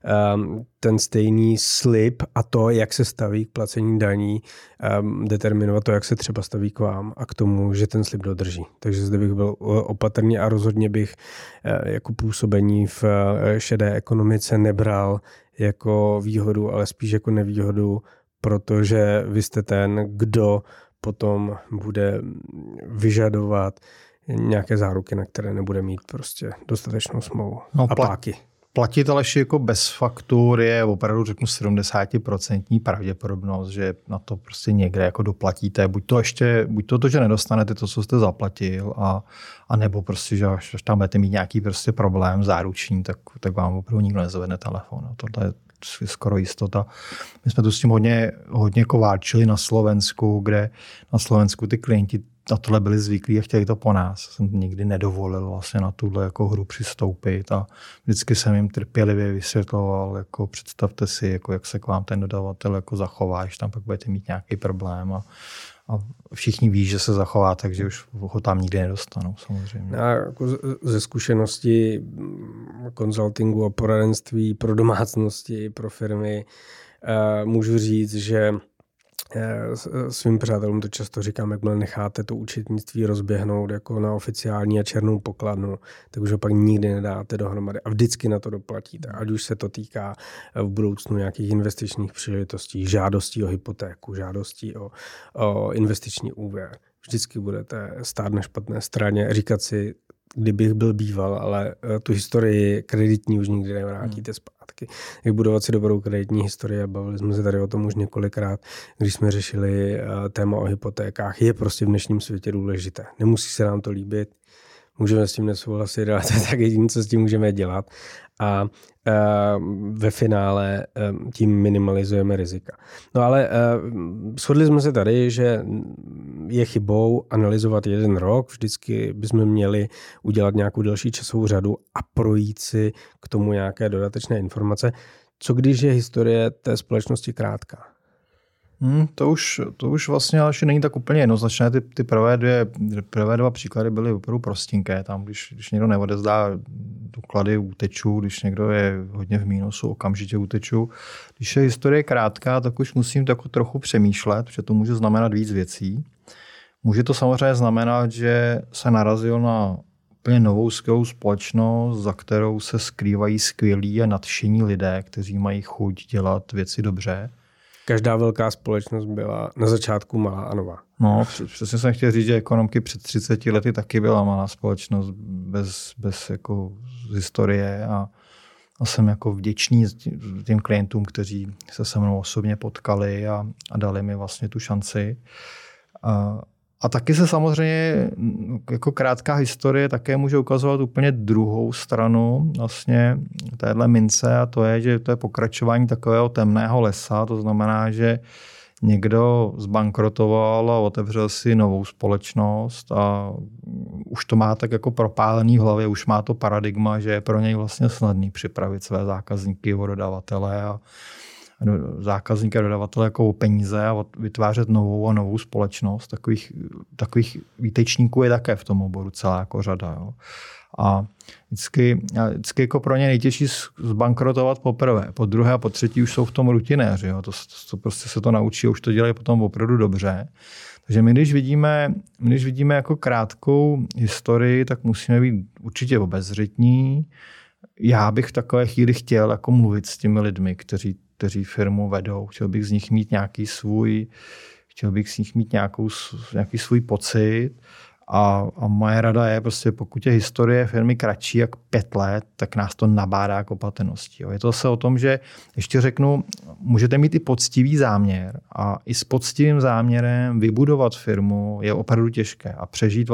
A: ten stejný slib a to, jak se staví k placení daní, determinovat to, jak se třeba staví k vám a k tomu, že ten slib dodrží. Takže zde bych byl opatrný a rozhodně bych jako působení v šedé ekonomice nebral jako výhodu, ale spíš jako nevýhodu, protože vy jste ten, kdo potom bude vyžadovat nějaké záruky, na které nebude mít prostě dostatečnou smlouvu a páky.
B: Platit ale jako bez faktur je opravdu, řeknu, 70% pravděpodobnost, že na to prostě někde jako doplatíte. Buď to, že nedostanete to, co jste zaplatil, a nebo prostě, že až tam budete mít nějaký prostě problém záruční, tak vám opravdu nikdo nezvedne telefon. Tohle je skoro jistota. My jsme tu s tím hodně kováčili na Slovensku, kde na Slovensku ty klienti na tohle byli zvyklí a chtěli to po nás. Jsem nikdy nedovolil vlastně na tuhle jako hru přistoupit a vždycky jsem jim trpělivě vysvětloval, jako představte si, jako jak se k vám ten dodavatel jako zachová, že tam pak budete mít nějaký problém a všichni ví, že se zachová, takže už ho tam nikdy nedostanou samozřejmě.
A: A jako ze zkušenosti konzultingu a poradenství pro domácnosti, pro firmy můžu říct, že svým přátelům to často říkám, jakmile necháte to účetnictví rozběhnout jako na oficiální a černou pokladnu, tak už ho pak nikdy nedáte dohromady a vždycky na to doplatíte. Ať už se to týká v budoucnu nějakých investičních příležitostí, žádostí o hypotéku, žádostí o investiční úvěr. Vždycky budete stát na špatné straně, říkat si, kdybych byl býval, ale tu historii kreditní už nikdy nevrátíte zpátky. Jak budovat si dobrou kreditní historii, a bavili jsme se tady o tom už několikrát, když jsme řešili téma o hypotékách, je prostě v dnešním světě důležité. Nemusí se nám to líbit, můžeme s tím nesouhlasit, ale to je tak jediné, co s tím můžeme dělat. A ve finále tím minimalizujeme rizika. No ale shodli jsme se tady, že je chybou analyzovat jeden rok, vždycky bychom měli udělat nějakou delší časovou řadu a projít si k tomu nějaké dodatečné informace. Co když je historie té společnosti krátká?
B: To už vlastně ale není tak úplně jednoznačné. Ty prvé dva příklady byly opravdu prostinké. Tam, když někdo neodezdá doklady, uteču, když někdo je hodně v mínusu, okamžitě uteču. Když je historie krátká, tak už musím tak trochu přemýšlet, protože to může znamenat víc věcí. Může to samozřejmě znamenat, že se narazil na úplně novou skvělou společnost, za kterou se skrývají skvělí a nadšení lidé, kteří mají chuť dělat věci dobře.
A: Každá velká společnost byla na začátku malá a nová.
B: No, přesně jsem chtěl říct, že Ekonomky před 30 lety taky byla malá společnost bez jako historie a jsem jako vděčný těm klientům, kteří se se mnou osobně potkali a dali mi vlastně tu šanci. A taky se samozřejmě jako krátká historie také může ukazovat úplně druhou stranu vlastně téhle mince, a to je, že to je pokračování takového temného lesa. To znamená, že někdo zbankrotoval a otevřel si novou společnost a už to má tak jako propálený v hlavě, už má to paradigma, že je pro něj vlastně snadný připravit své zákazníky o dodavatele zákazníka, dodavatele jako o peníze a vytvářet novou a novou společnost. Takových výtečníků je také v tom oboru celá jako řada. Jo. A vždycky jako pro ně nejtěžší zbankrotovat poprvé. Po druhé a po třetí už jsou v tom rutinéři. Jo. To prostě se to naučí a už to dělají potom opravdu dobře. Takže my, když vidíme jako krátkou historii, tak musíme být určitě obezřetní. Já bych v takové chvíli chtěl jako mluvit s těmi lidmi, kteří firmu vedou. Chtěl bych z nich mít nějaký svůj pocit. A moje rada je prostě, pokud je historie firmy kratší jak 5 let, tak nás to nabádá k opatrnosti. Je to se o tom, že ještě řeknu, můžete mít i poctivý záměr a i s poctivým záměrem vybudovat firmu je opravdu těžké a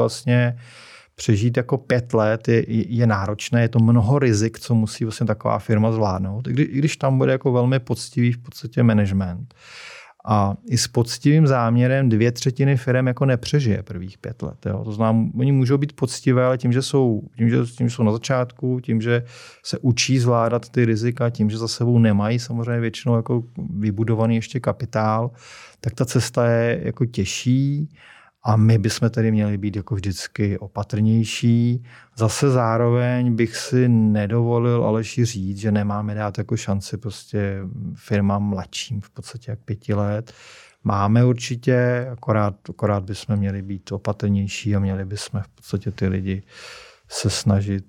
B: přežít jako 5 let je náročné, je to mnoho rizik, co musí vlastně taková firma zvládnout, i když tam bude jako velmi poctivý v podstatě management. A i s poctivým záměrem 2/3 firem jako nepřežije prvních 5 let. Jo. To znamená, oni můžou být poctivé, ale tím, že jsou na začátku, tím, že se učí zvládat ty rizika, tím, že za sebou nemají samozřejmě většinou jako vybudovaný ještě kapitál, tak ta cesta je jako těžší. A my bychom tedy měli být jako vždycky opatrnější. Zase zároveň bych si nedovolil Aleši říct, že nemáme dát jako šanci prostě firmám mladším v podstatě jak 5 let. Máme určitě, akorát bychom měli být opatrnější a měli bychom v podstatě ty lidi se snažit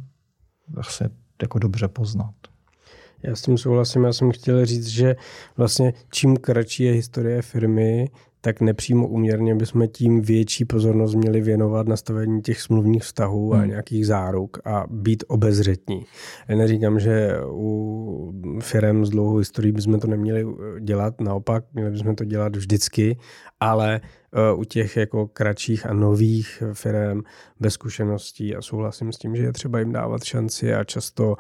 B: vlastně jako dobře poznat.
A: Já s tím souhlasím, já jsem chtěl říct, že vlastně čím kratší je historie firmy, tak nepřímo úměrně bychom tím větší pozornost měli věnovat nastavení těch smluvních vztahů a nějakých záruk a být obezřetní. Já neříkám, že u firem s dlouhou historií bychom to neměli dělat, naopak, měli bychom to dělat vždycky, ale u těch jako kratších a nových firem bez zkušeností a souhlasím s tím, že je třeba jim dávat šanci a často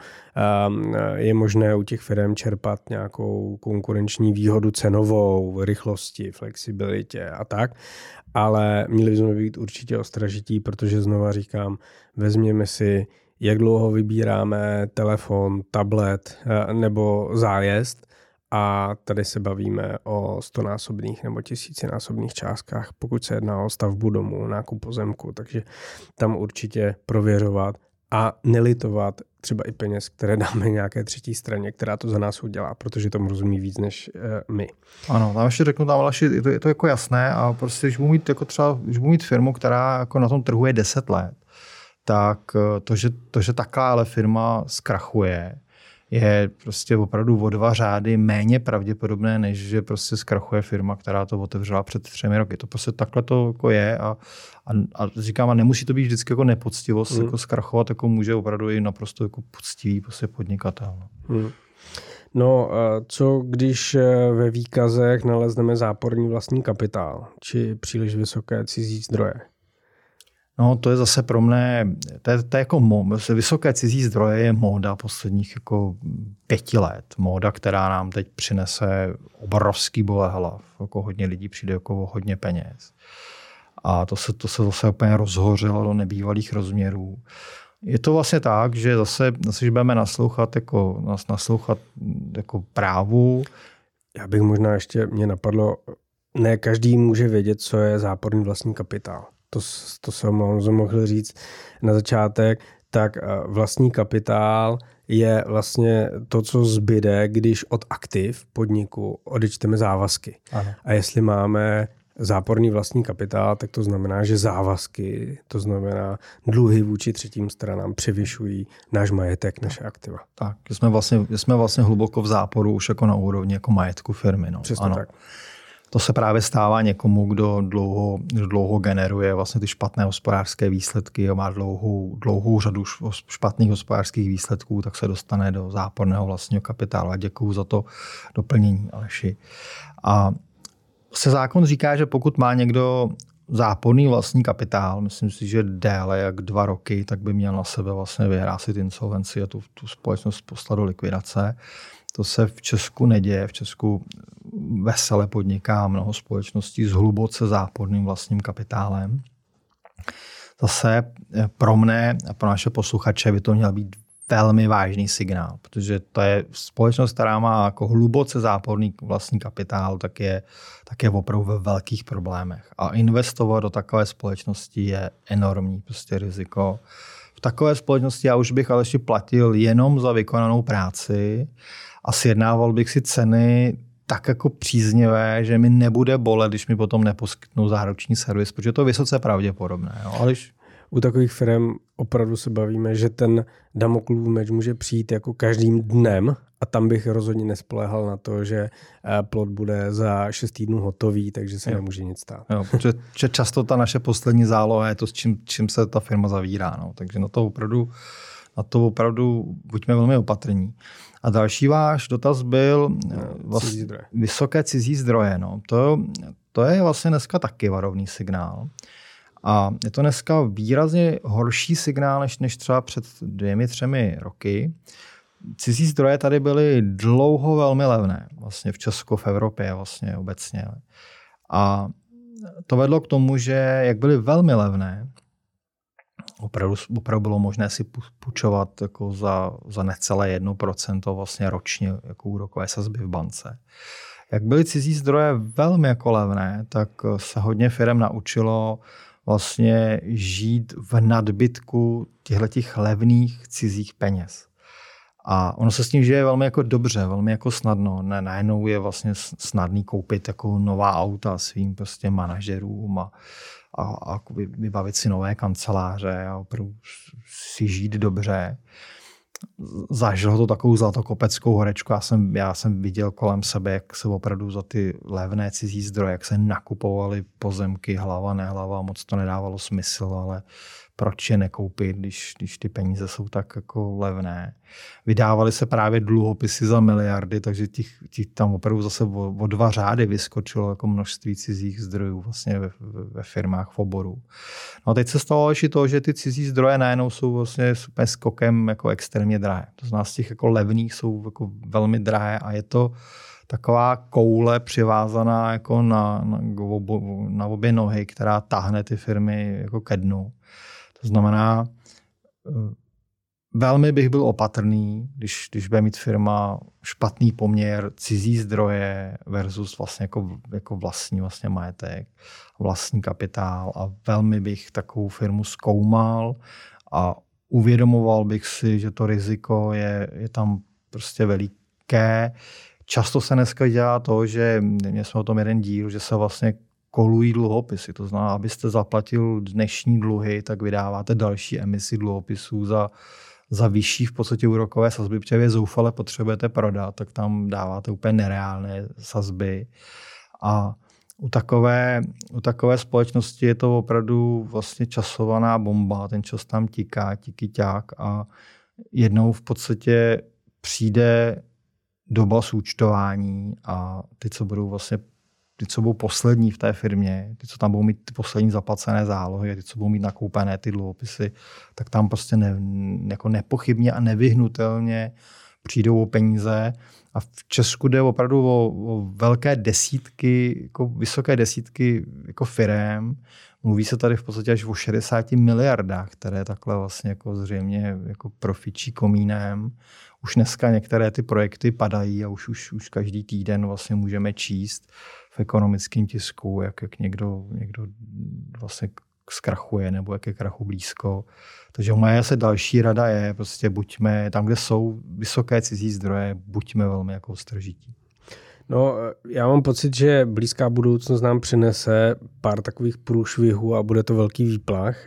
A: je možné u těch firem čerpat nějakou konkurenční výhodu cenovou, rychlosti, flexibilitě a tak, ale měli bychom být určitě ostražití, protože znova říkám, vezměme si, jak dlouho vybíráme telefon, tablet nebo zájezd, a tady se bavíme o 100násobných nebo 1000násobných částkách, pokud se jedná o stavbu domu, nákup pozemku, takže tam určitě prověřovat a nelitovat třeba i peněz, které dáme nějaké třetí straně, která to za nás udělá, protože tomu rozumí víc než my.
B: Ano, tam ještě řeknu, je to jako jasné a prostě, když budu mít firmu, která jako na tom trhu je 10 let, tak to, že taková firma zkrachuje, je prostě opravdu o 2 řády méně pravděpodobné, než že prostě zkrachuje firma, která to otevřela před 3 roky. To prostě takhle to jako je a říkám, a nemusí to být vždycky jako nepoctivost, jako zkrachovat, jako může opravdu i naprosto jako poctivý prostě podnikatel.
A: No, co když ve výkazech nalezneme záporný vlastní kapitál, či příliš vysoké cizí zdroje?
B: No, to je zase pro mě, to je jako vysoké cizí zdroje je móda posledních jako 5 let. Móda, která nám teď přinese obrovský bolehlav. Jako hodně lidí přijde jako o hodně peněz. A to se zase úplně rozhořelo do nebývalých rozměrů. Je to vlastně tak, že zase když budeme naslouchat jako právu.
A: Já bych možná ještě, mě napadlo, ne každý může vědět, co je záporný vlastní kapitál. To jsem mohl říct na začátek, tak vlastní kapitál je vlastně to, co zbyde, když od aktiv podniku odečteme závazky.
B: Ano.
A: A jestli máme záporný vlastní kapitál, tak to znamená, že závazky, to znamená dluhy vůči třetím stranám převyšují náš majetek, naše aktiva.
B: Tak, jsme vlastně hluboko v záporu už jako na úrovni jako majetku firmy. No.
A: Přesně tak.
B: To se právě stává někomu, kdo dlouho generuje vlastně ty špatné hospodářské výsledky a má dlouhou řadu špatných hospodářských výsledků, tak se dostane do záporného vlastního kapitálu. A děkuju za to doplnění, Aleši. A se zákon říká, že pokud má někdo záporný vlastní kapitál, myslím si, že déle jak 2 roky, tak by měl na sebe vlastně vyhlásit insolvenci a tu společnost poslat do likvidace. To se v Česku neděje. V Česku vesele podniká mnoho společností s hluboce záporným vlastním kapitálem. Zase pro mne a pro naše posluchače by to měl být velmi vážný signál, protože to je společnost, která má jako hluboce záporný vlastní kapitál, tak je opravdu ve velkých problémech. A investovat do takové společnosti je enormní prostě riziko. V takové společnosti já už bych ale ještě platil jenom za vykonanou práci a sjednával bych si ceny tak jako příznivé, že mi nebude bolet, když mi potom neposkytnou záruční servis, protože to je vysoce pravděpodobné. Jo? Ale
A: u takových firm opravdu se bavíme, že ten Damoklův meč může přijít jako každým dnem a tam bych rozhodně nespoléhal na to, že plot bude za 6 týdnů hotový, takže se nemůže nic stát.
B: Jo, protože často ta naše poslední záloha je to, s čím se ta firma zavírá. No. Takže na to opravdu buďme velmi opatrní. A další váš dotaz byl vysoké cizí zdroje. No. To je vlastně dneska taky varovný signál. A je to dneska výrazně horší signál, než třeba před 2-3 roky. Cizí zdroje tady byly dlouho velmi levné, vlastně v Česku, v Evropě vlastně obecně. A to vedlo k tomu, že jak byly velmi levné, opravdu bylo možné si půjčovat jako za necelé 1% vlastně ročně jako úrokové sazby v bance. Jak byly cizí zdroje velmi jako levné, tak se hodně firem naučilo vlastně žít v nadbytku těchto levných cizích peněz. A ono se s tím žije velmi jako dobře, velmi jako snadno. Najednou je vlastně snadný koupit jako nová auta svým prostě manažerům a vybavit si nové kanceláře a opravdu si žít dobře. Zažil to takovou zlatokopeckou horečku. Já jsem viděl kolem sebe, jak se opravdu za ty levné cizí zdroje, jak se nakupovaly pozemky, hlava, nehlava, moc to nedávalo smysl, ale proč je nekoupit, když ty peníze jsou tak jako levné. Vydávaly se právě dluhopisy za miliardy, takže tam opravdu zase o 2 řády vyskočilo jako množství cizích zdrojů vlastně ve firmách v oboru. No a teď se stalo ještě to, že ty cizí zdroje najednou jsou vlastně super skokem jako extrémně drahé. To znamená, z těch jako levných jsou jako velmi drahé a je to taková koule přivázaná jako na obě nohy, která táhne ty firmy jako ke dnu. To znamená, velmi bych byl opatrný, když bude mít firma špatný poměr cizí zdroje versus vlastně jako vlastní vlastně majetek, vlastní kapitál a velmi bych takovou firmu zkoumal a uvědomoval bych si, že to riziko je tam prostě veliké. Často se dneska dělá to, že měli jsme o tom jeden díl, že se vlastně kolují dluhopisy. To znamená, abyste zaplatil dnešní dluhy, tak vydáváte další emisi dluhopisů za vyšší v podstatě úrokové sazby, protože vy zoufale potřebujete prodat, tak tam dáváte úplně nereálné sazby. A u takové společnosti je to opravdu vlastně časovaná bomba. Ten čas tam tiká, tiky-ťák a jednou v podstatě přijde doba zúčtování a ty, co budou poslední v té firmě, ty, co tam budou mít ty poslední zaplacené zálohy a ty, co budou mít nakoupené ty dluhopisy, tak tam prostě jako nepochybně a nevyhnutelně přijdou o peníze. A v Česku jde opravdu o velké desítky, jako vysoké desítky jako firem. Mluví se tady v podstatě až o 60 miliardách, které takhle vlastně jako zřejmě jako profičí komínem. Už dneska některé ty projekty padají a už každý týden vlastně můžeme číst v ekonomickém tisku, jak někdo vlastně zkrachuje nebo jak je krachu blízko. Takže moje asi další rada je prostě buďme tam, kde jsou vysoké cizí zdroje, buďme velmi jako stržití.
A: No, já mám pocit, že blízká budoucnost nám přinese pár takových průšvihů a bude to velký výplach.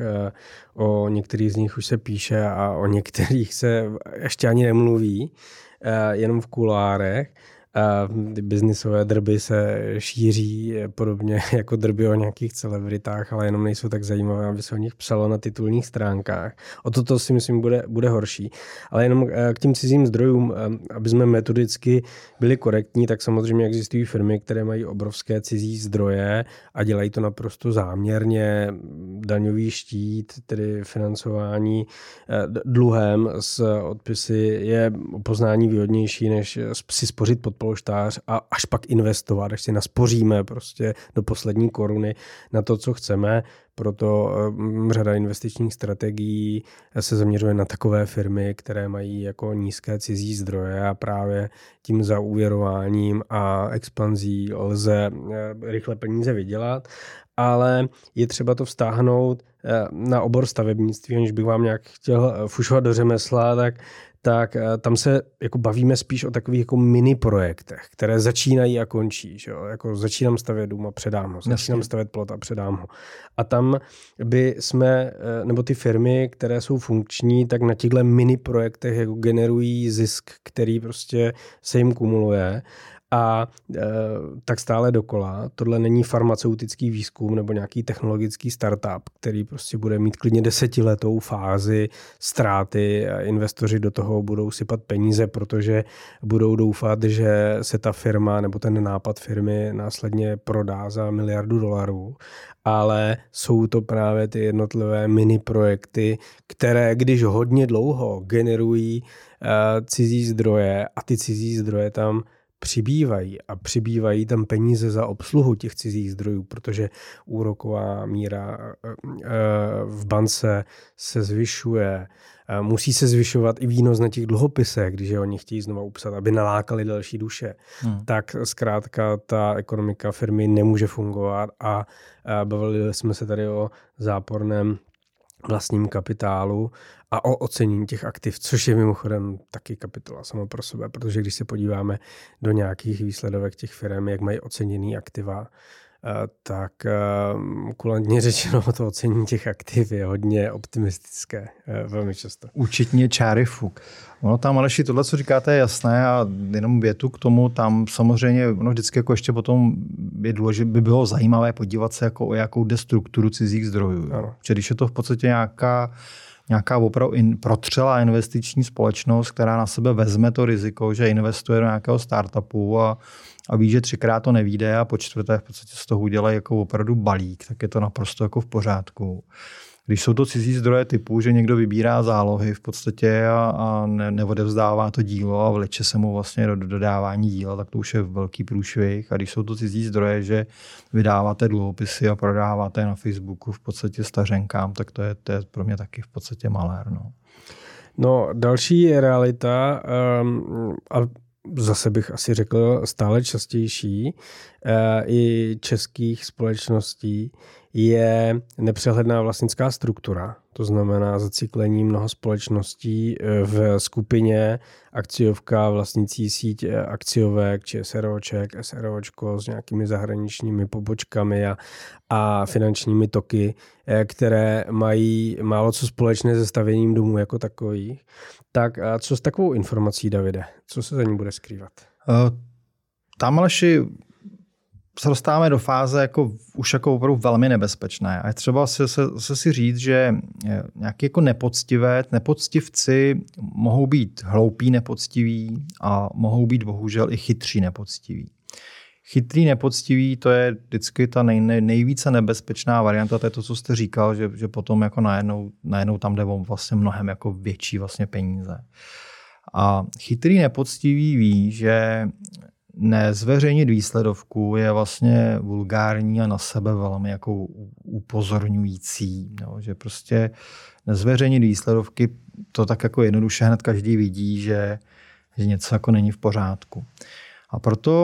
A: O některých z nich už se píše a o některých se ještě ani nemluví, jenom v kuloárech. Ty biznisové drby se šíří podobně jako drby o nějakých celebritách, ale jenom nejsou tak zajímavé, aby se o nich psalo na titulních stránkách. O toto si myslím bude horší. Ale jenom k těm cizím zdrojům, aby jsme metodicky byli korektní, tak samozřejmě existují firmy, které mají obrovské cizí zdroje a dělají to naprosto záměrně. Daňový štít, tedy financování dluhem s odpisy je o poznání výhodnější, než si spořit pod polštář a až pak investovat, až si naspoříme prostě do poslední koruny na to, co chceme. Proto řada investičních strategií se zaměřuje na takové firmy, které mají jako nízké cizí zdroje a právě tím zaúvěrováním a expanzí lze rychle peníze vydělat. Ale je třeba to vztáhnout na obor stavebnictví, aniž bych vám nějak chtěl fušovat do řemesla, tak tam se jako bavíme spíš o takových jako mini projektech, které začínají a končí. Že jo? Jako začínám stavět dům a předám ho, začínám stavět plot a předám ho. A tam by jsme, nebo ty firmy, které jsou funkční, tak na těchto mini projektech jako generují zisk, který prostě se jim kumuluje. A tak stále dokola. Tohle není farmaceutický výzkum nebo nějaký technologický startup, který prostě bude mít klidně 10letou fázi ztráty a investoři do toho budou sypat peníze, protože budou doufat, že se ta firma nebo ten nápad firmy následně prodá za $1 miliardu. Ale jsou to právě ty jednotlivé mini projekty, které když hodně dlouho generují cizí zdroje a ty cizí zdroje tam přibývají tam peníze za obsluhu těch cizích zdrojů, protože úroková míra v bance se zvyšuje. Musí se zvyšovat i výnos na těch dluhopisech, když je oni chtějí znova upsat, aby nalákali další duše. Tak zkrátka ta ekonomika firmy nemůže fungovat a bavili jsme se tady o záporném vlastním kapitálu a o ocenění těch aktiv, což je mimochodem taky kapitola samo pro sebe, protože když se podíváme do nějakých výsledovek těch firm, jak mají oceněný aktiva, tak kulantně řečeno to ocenění těch aktiv je hodně optimistické velmi často.
B: Účetní čáry fuk. Ono tam, Aleši, tohle, co říkáte, je jasné a jenom větu k tomu, tam samozřejmě vždycky jako ještě potom je důležité, by bylo zajímavé podívat se, jako o jakou jde strukturu cizích zdrojů. Protože když je to v podstatě nějaká opravdu protřelá investiční společnost, která na sebe vezme to riziko, že investuje do nějakého startupu a ví, že 3krát to nevyjde a po 4. v podstatě z toho udělají jako opravdu balík, tak je to naprosto jako v pořádku. Když jsou to cizí zdroje typu, že někdo vybírá zálohy v podstatě a neodevzdává to dílo a vleče se mu vlastně do dodávání díla, tak to už je velký průšvih. A když jsou to cizí zdroje, že vydáváte dluhopisy a prodáváte na Facebooku v podstatě stařenkám, tak to je pro mě taky v podstatě malér.
A: No, další je realita a zase bych asi řekl stále častější i českých společností je nepřehledná vlastnická struktura. To znamená zacyklení mnoha společností v skupině akciovka, vlastnící síť akciovek či SROčko s nějakými zahraničními pobočkami a finančními toky, které mají málo co společné se stavěním domů jako takových. Tak a co s takovou informací, Davide? Co se za ní bude skrývat?
B: Tam, Aleši, se dostáváme do fáze už opravdu velmi nebezpečné. A je třeba se si říct, že nějaký jako nepoctivci mohou být hloupí nepoctiví a mohou být bohužel i chytří nepoctiví. Chytrý nepoctivý, to je vždycky ta nejvíce nebezpečná varianta, to je to, co jste říkal, že potom jako najednou tam jde vlastně mnohem jako větší vlastně peníze. A chytrý nepoctivý ví, že nezveřejnit výsledovku je vlastně vulgární a na sebe velmi jako upozorňující. Že prostě nezveřejnit výsledovky, to tak jako jednoduše hned každý vidí, že něco jako není v pořádku. A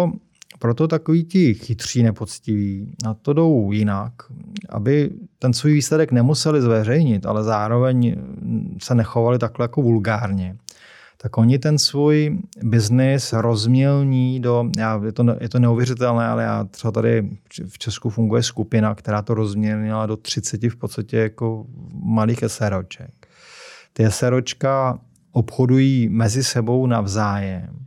B: proto takoví ti chytří nepoctiví na to jdou jinak, aby ten svůj výsledek nemuseli zveřejnit, ale zároveň se nechovali takhle jako vulgárně. Tak oni ten svůj biznis rozmělní je to neuvěřitelné, ale já třeba tady v Česku funguje skupina, která to rozmělnila do 30 v podstatě jako malých SROček. Ty SROčka obchodují mezi sebou navzájem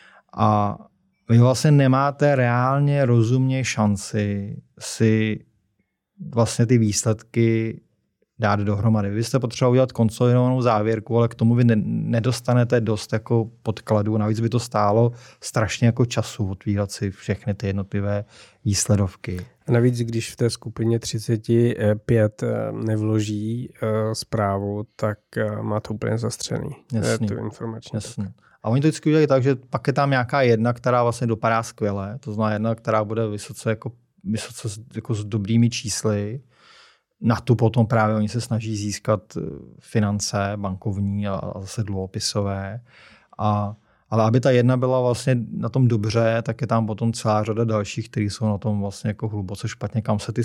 B: a vy vlastně nemáte reálně rozumně šanci si vlastně ty výsledky dát dohromady. Vy jste potřeba udělat konsolidovanou závěrku, ale k tomu vy nedostanete dost jako podkladů. Navíc by to stálo strašně jako času otvírat si všechny ty jednotlivé výsledovky.
A: A navíc, když v té skupině 35 nevloží zprávu, tak má to úplně zastřený.
B: Jasný.
A: Tu informační.
B: Jasný. A oni to vždycky udělají tak, že pak je tam nějaká jedna, která vlastně dopadá skvěle, to znamená jedna, která bude vysoce jako s dobrými čísly. Na tu potom právě oni se snaží získat finance bankovní a zase dluhopisové. Ale aby ta jedna byla vlastně na tom dobře, tak je tam potom celá řada dalších, kteří jsou na tom vlastně jako hluboce špatně, kam se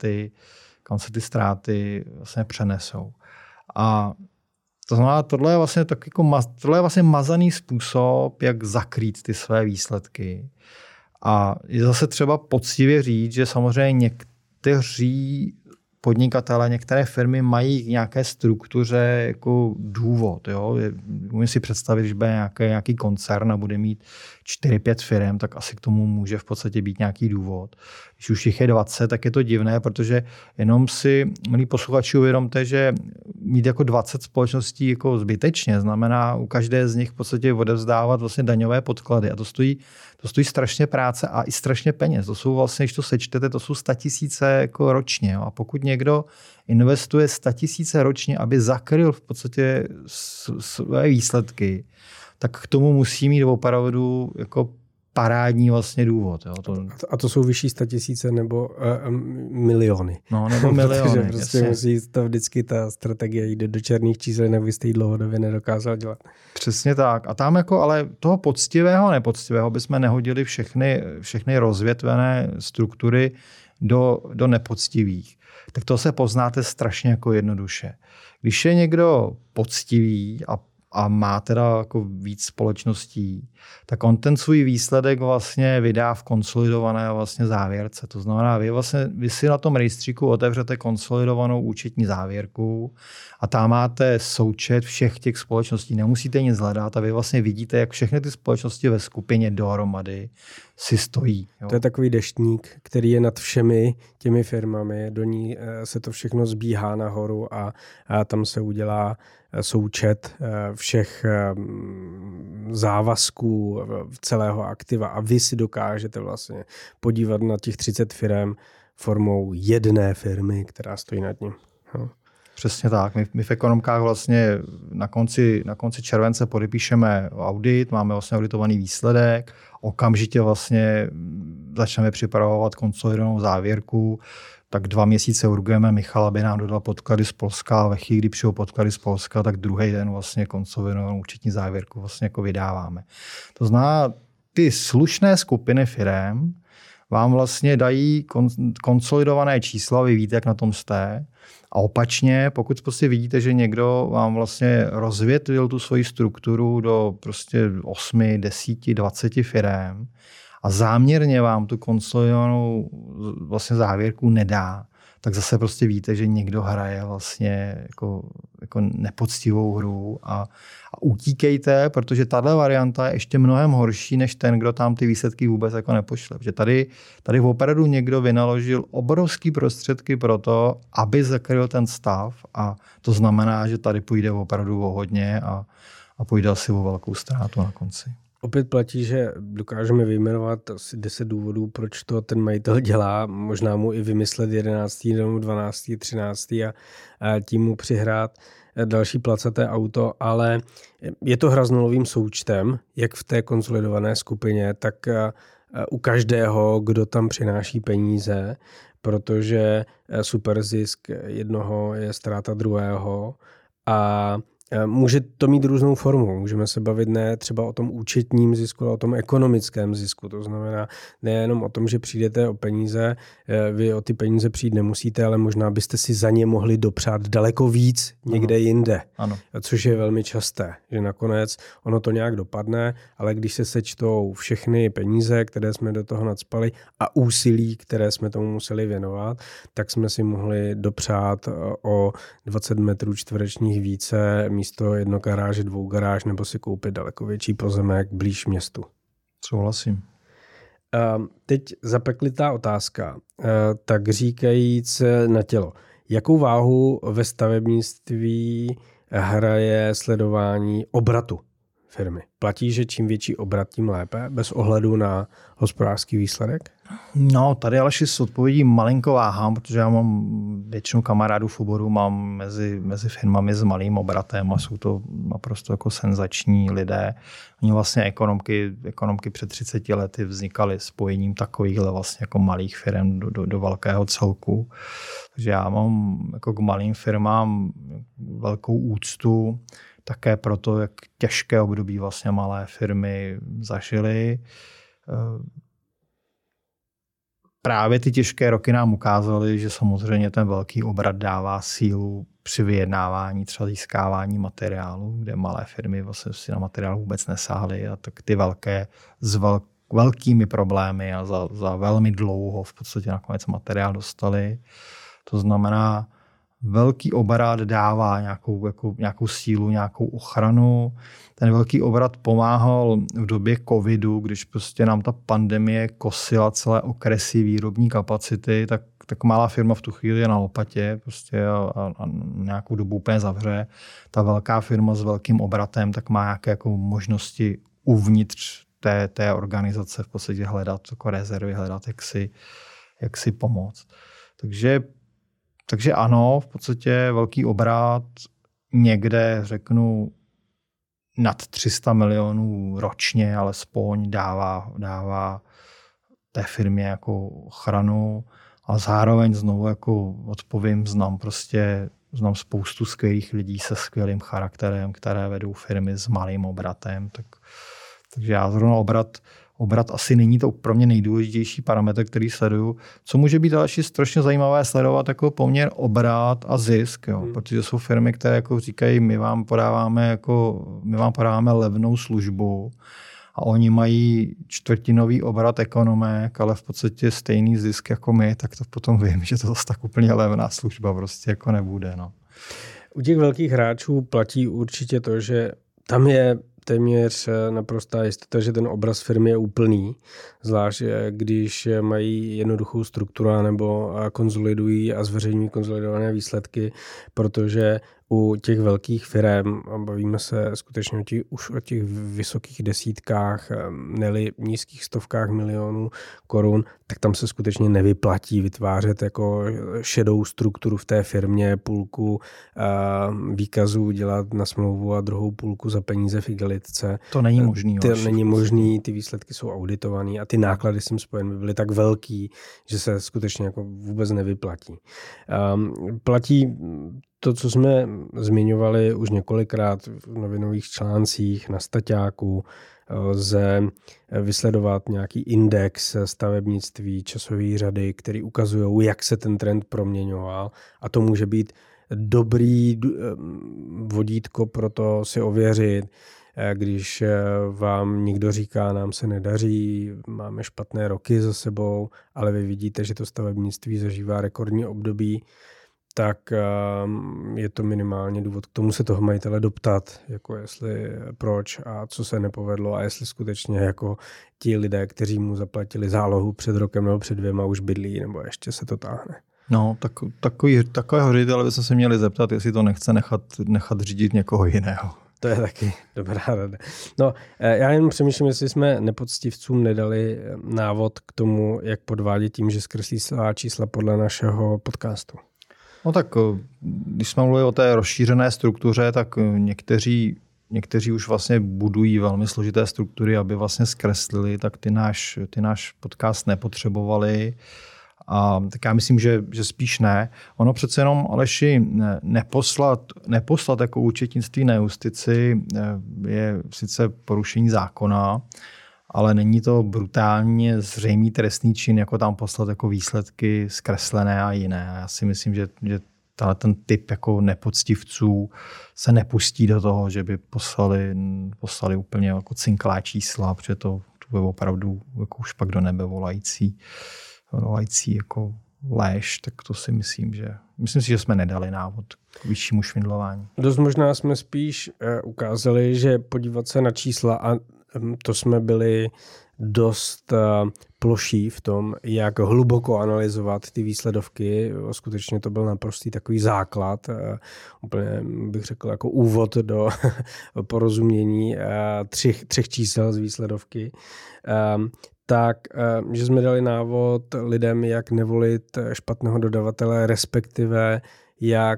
B: ty ztráty vlastně přenesou. A to znamená, tohle je vlastně tohle je vlastně mazaný způsob, jak zakrýt ty své výsledky. A je zase třeba poctivě říct, že samozřejmě někteří podnikatelé, některé firmy mají nějaké struktuře jako důvod. Jo? Můžeme si představit, že bude nějaký koncern a bude mít 4-5 firm, tak asi k tomu může v podstatě být nějaký důvod. Když už jich je 20, tak je to divné, protože jenom si, milí posluchači, uvědomte, že mít jako 20 společností jako zbytečně znamená u každé z nich v podstatě odevzdávat vlastně daňové podklady. A to stojí strašně práce a i strašně peněz. To jsou vlastně, když to sečtete, to jsou 100 000 jako ročně. Jo? A pokud někdo investuje 100 000 ročně, aby zakryl v podstatě své výsledky, tak k tomu musí mít opravdu jako parádní vlastně důvod. Jo?
A: A to jsou vyšší 100 000 nebo miliony.
B: No, nebo miliony.
A: Takže prostě musí to vždycky ta strategie jde do černých čísel, nebo jste ji dlouhodobě nedokázal dělat.
B: Přesně tak. A tam jako, ale toho poctivého a nepoctivého bychom nehodili všechny rozvětvené struktury do nepoctivých. Tak to se poznáte strašně jako jednoduše. Když je někdo poctivý a má teda jako víc společností, tak on ten svůj výsledek vlastně vydá v konsolidované vlastně závěrce. To znamená, vy si na tom rejstříku otevřete konsolidovanou účetní závěrku a tam máte součet všech těch společností. Nemusíte nic hledat a vy vlastně vidíte, jak všechny ty společnosti ve skupině dohromady si stojí. Jo.
A: To je takový deštník, který je nad všemi těmi firmami. Do ní se to všechno zbíhá nahoru a tam se udělá součet všech závazků celého aktiva a vy si dokážete vlastně podívat na těch 30 firm formou jedné firmy, která stojí nad ním. No.
B: Přesně tak. My v ekonomkách vlastně na konci července podepíšeme audit, máme vlastně auditovaný výsledek, okamžitě vlastně začneme připravovat konsolidovanou závěrku, tak 2 měsíce urgujeme Michala, aby nám dodal podklady z Polska a ve chvíli, kdy přijdou podklady z Polska, tak druhý den vlastně konsolidovanou účetní závěrku vlastně jako vydáváme. To znamená, ty slušné skupiny firem vám vlastně dají konsolidované čísla, vy víte, jak na tom jste. A opačně, pokud prostě vidíte, že někdo vám vlastně rozvětvil tu svoji strukturu do prostě 8, 10, 20 firem a záměrně vám tu konsolidovanou vlastně závěrku nedá, tak zase prostě víte, že někdo hraje vlastně jako nepoctivou hru a utíkejte, protože tahle varianta je ještě mnohem horší, než ten, kdo tam ty výsledky vůbec jako nepošle. Protože tady opravdu někdo vynaložil obrovský prostředky pro to, aby zakryl ten stav a to znamená, že tady půjde opravdu o hodně a půjde asi o velkou ztrátu na konci.
A: Opět platí, že dokážeme vyjmenovat asi 10 důvodů, proč to ten majitel dělá. Možná mu i vymyslet 11., 12., 13. a tím mu přihrát další placaté auto, ale je to hra s nulovým součtem, jak v té konsolidované skupině, tak u každého, kdo tam přináší peníze, protože superzisk jednoho je ztráta druhého a může to mít různou formu. Můžeme se bavit ne třeba o tom účetním zisku, ale o tom ekonomickém zisku. To znamená nejenom o tom, že přijdete o peníze, vy o ty peníze přijít nemusíte, ale možná byste si za ně mohli dopřát daleko víc někde jinde.
B: Ano.
A: Což je velmi časté, že nakonec ono to nějak dopadne, ale když se sečtou všechny peníze, které jsme do toho nacpali a úsilí, které jsme tomu museli věnovat, tak jsme si mohli dopřát o 20 metrů čtverečních více místo 1 garáže, 2 garáž, nebo si koupit daleko větší pozemek blíž městu.
B: Souhlasím.
A: Teď zapeklitá otázka, tak říkajíc na tělo. Jakou váhu ve stavebnictví hraje sledování obratu firmy? Platí, že čím větší obrat, tím lépe, bez ohledu na hospodářský výsledek?
B: No, tady Aleši s odpovědí malinko váhám, protože já mám většinu kamarádů v oboru, mám mezi firmami s malým obratem a jsou to naprosto jako senzační lidé. Oni vlastně ekonomky před 30 lety vznikaly spojením takovýchhle vlastně jako malých firm do velkého celku. Takže já mám jako k malým firmám velkou úctu, také proto, jak těžké období vlastně malé firmy zažily. Právě ty těžké roky nám ukázaly, že samozřejmě ten velký obrat dává sílu při vyjednávání, třeba získávání materiálu, kde malé firmy vlastně si na materiál vůbec nesáhly a tak ty velké s velkými problémy a za velmi dlouho v podstatě nakonec materiál dostali. To znamená, velký obrat dává nějakou sílu, nějakou ochranu. Ten velký obrat pomáhal v době covidu, když prostě nám ta pandemie kosila celé okresy výrobní kapacity, tak malá firma v tu chvíli je na lopatě prostě a nějakou dobu úplně zavře. Ta velká firma s velkým obratem tak má nějaké jako možnosti uvnitř té organizace v podstatě hledat jako rezervy, hledat jak si pomoct. Takže ano, v podstatě velký obrat někde, řeknu, nad 300 milionů ročně alespoň dává té firmě jako ochranu, ale zároveň znovu jako odpovím, znám spoustu skvělých lidí se skvělým charakterem, které vedou firmy s malým obratem, takže já zrovna obrat asi není to pro mě nejdůležitější parametr, který sleduju. Co může být další strašně zajímavé sledovat jako poměr obrat a zisk, jo? Protože jsou firmy, které jako říkají, my vám podáváme levnou službu a oni mají čtvrtinový obrat ekonomek, ale v podstatě stejný zisk jako my, tak to potom vím, že to zase tak úplně levná služba prostě jako nebude. No.
A: U těch velkých hráčů platí určitě to, že tam je téměř naprostá jistota, že ten obraz firmy je úplný, zvlášť když mají jednoduchou strukturu nebo konzolidují a zveřejňují konsolidované výsledky, protože u těch velkých firem, bavíme se skutečně už o těch vysokých desítkách, ne-li nízkých stovkách milionů korun, tak tam se skutečně nevyplatí vytvářet jako šedou strukturu v té firmě, půlku výkazů dělat na smlouvu a druhou půlku za peníze v igelitce.
B: To není možný.
A: To není možný, ty výsledky jsou auditované a ty náklady s tím spojen by byly tak velký, že se skutečně jako vůbec nevyplatí. Platí to, co jsme zmiňovali už několikrát v novinových článcích na Staťáku, lze vysledovat nějaký index stavebnictví, časové řady, který ukazují, jak se ten trend proměňoval, a to může být dobrý vodítko pro to si ověřit, když vám někdo říká, nám se nedaří, máme špatné roky za sebou, ale vy vidíte, že to stavebnictví zažívá rekordní období, tak je to minimálně důvod k tomu se toho majitele doptat, jako jestli proč a co se nepovedlo a jestli skutečně jako ti lidé, kteří mu zaplatili zálohu před rokem nebo před 2 už bydlí, nebo ještě se to táhne.
B: No, takového ředitele bychom se měli zeptat, jestli to nechce nechat řídit někoho jiného.
A: To je taky dobrá rada. No, já jen přemýšlím, jestli jsme nepoctivcům nedali návod k tomu, jak podvádět tím, že zkreslí svá čísla podle našeho podcastu.
B: No tak, když jsme mluvili o té rozšířené struktuře, tak někteří už vlastně budují velmi složité struktury, aby vlastně zkreslili, tak ty náš podcast nepotřebovali. A tak já myslím, že spíš ne. Ono přece jenom, Aleši, neposlat jako účetnictví na justici je sice porušení zákona, ale není to brutálně zřejmý trestný čin, jako tam poslat jako výsledky zkreslené a jiné. Já si myslím, že ten typ jako nepoctivců se nepustí do toho, že by poslali úplně jako cinklá čísla, protože to je opravdu jako už pak do nebe volající jako léž, tak to si myslím si, že jsme nedali návod k vyššímu švindlování.
A: Dost možná jsme spíš ukázali, že podívat se na čísla, a to jsme byli dost ploší v tom, jak hluboko analyzovat ty výsledovky. Skutečně to byl naprostý takový základ, úplně bych řekl jako úvod do porozumění třech čísel z výsledovky. Tak, že jsme dali návod lidem, jak nevolit špatného dodavatele, respektive jak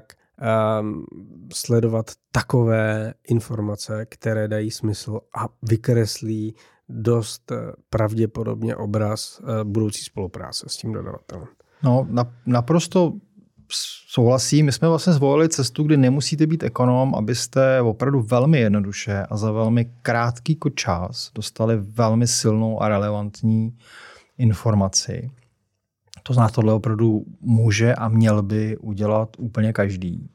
A: sledovat takové informace, které dají smysl a vykreslí dost pravděpodobně obraz budoucí spolupráce s tím dodavatelem.
B: No, naprosto souhlasím. My jsme vlastně zvolili cestu, kdy nemusíte být ekonom, abyste opravdu velmi jednoduše a za velmi krátký čas dostali velmi silnou a relevantní informaci. To znamená, tohle opravdu může a měl by udělat úplně každý.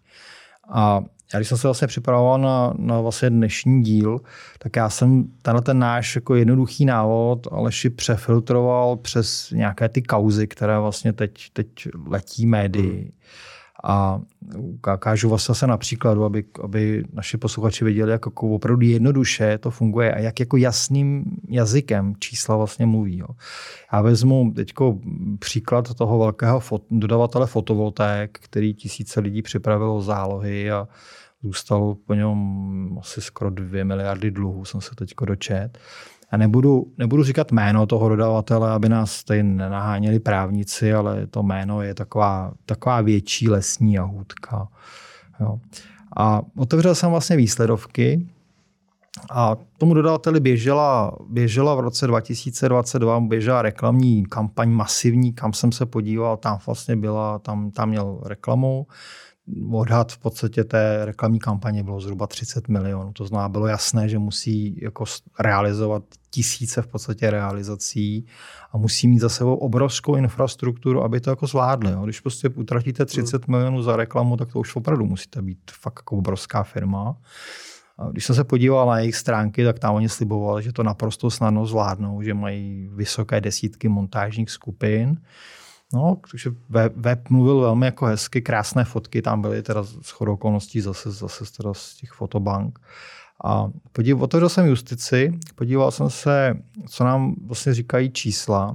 B: A já když jsem se vlastně připravoval na vlastně dnešní díl, tak já jsem ten náš jako jednoduchý návod Aleši přefiltroval přes nějaké ty kauzy, které vlastně teď letí médii. A ukážu vlastně se na příkladu, aby naši posluchači viděli, jak jako opravdu jednoduše to funguje a jak jako jasným jazykem čísla vlastně mluví. Jo. Já vezmu teďko příklad toho velkého dodavatele fotovoltaik, který tisíce lidí připravilo zálohy a zůstalo po něm asi skoro 2 miliardy dluhů, jsem se teďko dočet. A nebudu říkat jméno toho dodavatele, aby nás tady nenaháněli právníci, ale to jméno je taková větší lesní jahůdka. Jo. A otevřel jsem vlastně výsledovky a tomu dodavateli běžela v roce 2022 běžela reklamní kampaň masivní, kam jsem se podíval, tam vlastně byla, tam měl reklamu. Odhad v podstatě té reklamní kampaně bylo zhruba 30 milionů. To znamená, bylo jasné, že musí jako realizovat tisíce v podstatě realizací a musí mít za sebou obrovskou infrastrukturu, aby to jako zvládli. Jo. Když prostě utratíte 30 milionů za reklamu, tak to už opravdu musíte být fakt jako obrovská firma. A když jsem se podíval na jejich stránky, tak tam oni slibovali, že to naprosto snadno zvládnou, že mají vysoké desítky montážních skupin. No, takže web mluvil velmi jako hezky, krásné fotky tam byly, teda shodou okolností zase teda z těch fotobank. A otevřel jsem justici, podíval jsem se, co nám vlastně říkají čísla.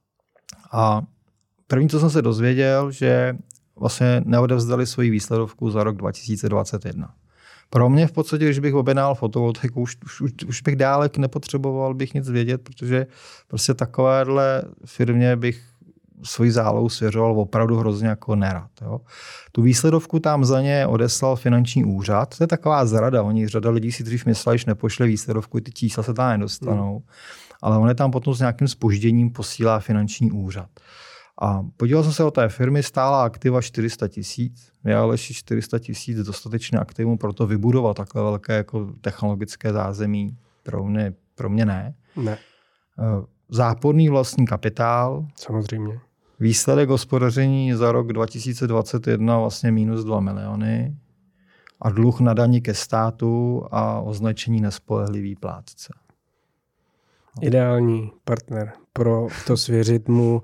B: A první, co jsem se dozvěděl, že vlastně neodevzdali svoji výsledovku za rok 2021. Pro mě v podstatě, když bych objednal fotovoltaiku, už bych dále nepotřeboval bych nic vědět, protože prostě takovéhle firmě bych svoji zálohu svěřoval opravdu hrozně jako nerad. Jo. Tu výsledovku tam za ně odeslal finanční úřad. To je taková zrada. Řada lidí si dřív mysleli, že nepošle výsledovku, ty čísla se tam nedostanou. Ale on je tam potom s nějakým zpožděním posílá finanční úřad. A podíval jsem se o té firmy, stála aktiva 400 000. Je ale 400 000 dostatečné aktivum pro to vybudovat takhle velké jako technologické zázemí. Pro mě ne.
A: Ne.
B: Záporný vlastní kapitál.
A: Samozřejmě.
B: Výsledek hospodaření za rok 2021 vlastně minus 2 miliony a dluh na dani ke státu a označení nespolehlivý plátce.
A: Ideální partner pro to svěřit mu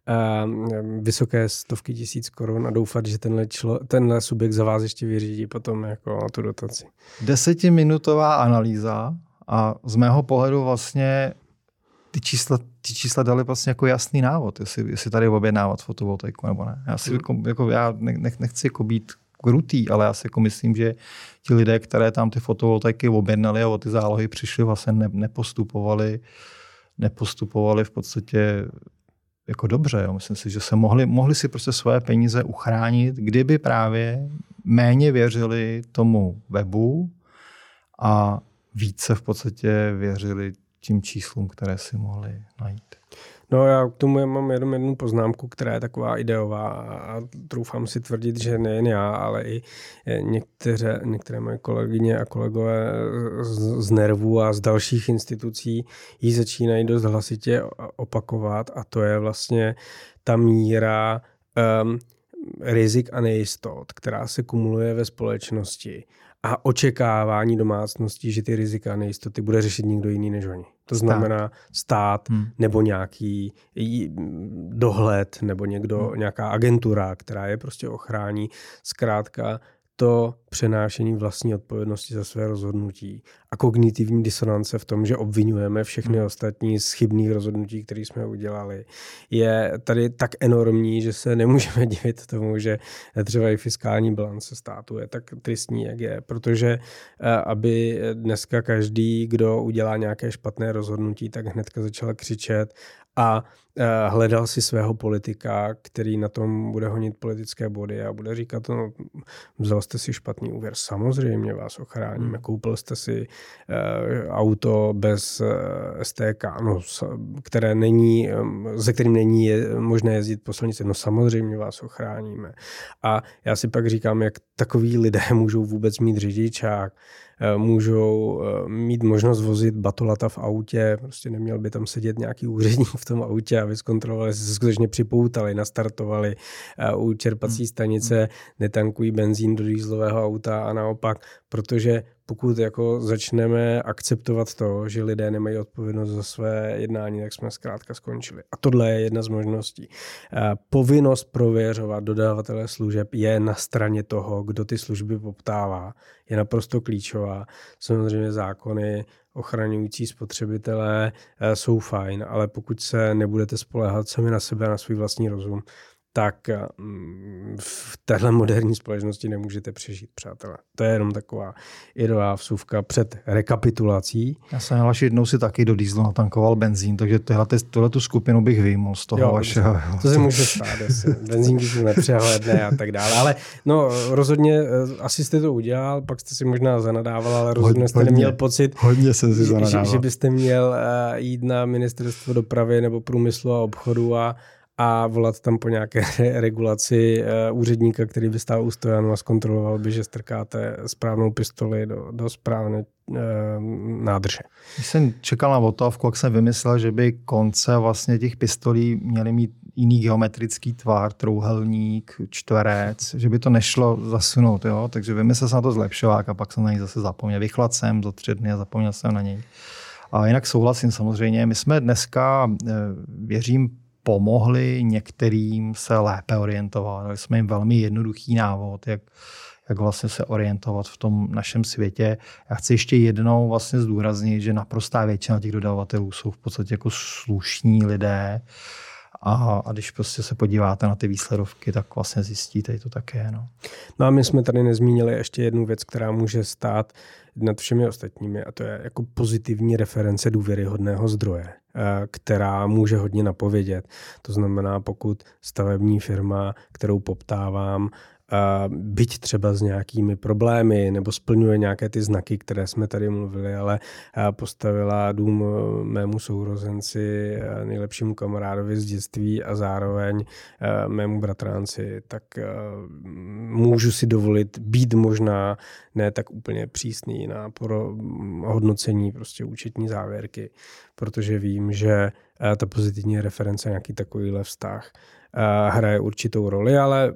A: vysoké stovky tisíc korun a doufat, že tenhle subjekt za vás ještě vyřídí potom jako tu dotaci.
B: 10minutová analýza a z mého pohledu vlastně ty čísla dali vlastně jako jasný návod, jestli tady objednávat fotovoltaiku nebo ne. Já nechci jako být krutý, ale já si jako myslím, že ti lidé, které tam ty fotovoltaiky objednali a o ty zálohy přišli, vlastně nepostupovali v podstatě jako dobře. Jo. Myslím si, že se mohli si prostě svoje peníze uchránit, kdyby právě méně věřili tomu webu a více v podstatě věřili tím číslům, které si mohli najít.
A: No já k tomu mám jenom jednu poznámku, která je taková ideová a troufám si tvrdit, že nejen já, ale i některé moje kolegyně a kolegové z Nervu a z dalších institucí ji začínají dost hlasitě opakovat a to je vlastně ta míra rizik a nejistot, která se kumuluje ve společnosti a očekávání domácností, že ty rizika a nejistoty bude řešit nikdo jiný než oni. To znamená stát nebo nějaký dohled nebo nějaká agentura, která je prostě ochrání. Zkrátka to přenášení vlastní odpovědnosti za své rozhodnutí a kognitivní disonance v tom, že obvinujeme všechny ostatní z chybných rozhodnutí, které jsme udělali, je tady tak enormní, že se nemůžeme divit tomu, že třeba i fiskální bilance státu je tak tristní, jak je, protože aby dneska každý, kdo udělá nějaké špatné rozhodnutí, tak hnedka začal křičet a hledal si svého politika, který na tom bude honit politické body a bude říkat, no, vzal jste si špatný úvěr, samozřejmě vás ochráníme, koupil jste si auto bez STK, no, ze kterým není možné jezdit po silnici, no samozřejmě vás ochráníme. A já si pak říkám, jak takoví lidé můžou vůbec mít řidičák, můžou mít možnost vozit batolata v autě, prostě neměl by tam sedět nějaký úředník v tom autě, aby zkontrolovali, jestli se skutečně připoutali, nastartovali u čerpací stanice, netankují benzín do dieselového auta a naopak, protože pokud jako začneme akceptovat to, že lidé nemají odpovědnost za své jednání, tak jsme zkrátka skončili. A tohle je jedna z možností. Povinnost prověřovat dodavatele služeb je na straně toho, kdo ty služby poptává. Je naprosto klíčová. Samozřejmě zákony ochraňující spotřebitelé jsou fajn, ale pokud se nebudete spoléhat sami na sebe a na svůj vlastní rozum, tak v téhle moderní společnosti nemůžete přežít, přátelé. To je jenom taková ideová vsuvka před rekapitulací.
B: Já jsem Aleš jednou si taky do dieselu natankoval benzín, takže tuhletu skupinu bych vyjmul z toho vašeho.
A: To se může stát, benzín diesel nepřehledné a tak dále. Ale no rozhodně asi jste to udělal, pak jste si možná zanadával, ale rozhodně jste neměl pocit,
B: hodně jsem si zanadával.
A: Že byste měl jít na ministerstvo dopravy nebo průmyslu a obchodu a volat tam po nějaké regulaci úředníka, který by stál u stojanu a zkontroloval by, že strkáte správnou pistoli do správné nádrže.
B: Když jsem čekal na otávku, jak jsem vymyslel, že by konce vlastně těch pistolí měly mít jiný geometrický tvar, trouhelník, čtverec, že by to nešlo zasunout. Jo? Takže vymyslel jsem na to zlepšovák a pak jsem na něj zase zapomněl. Vychladl jsem za 3 dny a zapomněl jsem na něj. A jinak souhlasím samozřejmě. My jsme dneska, věřím, pomohli některým se lépe orientovat. Dali jsme jim velmi jednoduchý návod, jak vlastně se orientovat v tom našem světě. Já chci ještě jednou vlastně zdůraznit, že naprostá většina těch dodavatelů jsou v podstatě jako slušní lidé a když prostě se podíváte na ty výsledovky, tak vlastně zjistíte, že to tak je.
A: No a my jsme tady nezmínili ještě jednu věc, která může stát nad všemi ostatními, a to je jako pozitivní reference důvěryhodného zdroje, která může hodně napovědět. To znamená, pokud stavební firma, kterou poptávám, byť třeba s nějakými problémy nebo splňuje nějaké ty znaky, které jsme tady mluvili, ale postavila dům mému sourozenci, nejlepšímu kamarádovi z dětství a zároveň mému bratránci, tak můžu si dovolit být možná ne tak úplně přísný na hodnocení prostě účetní závěrky, protože vím, že ta pozitivní reference, nějaký takovýhle vztah hraje určitou roli, ale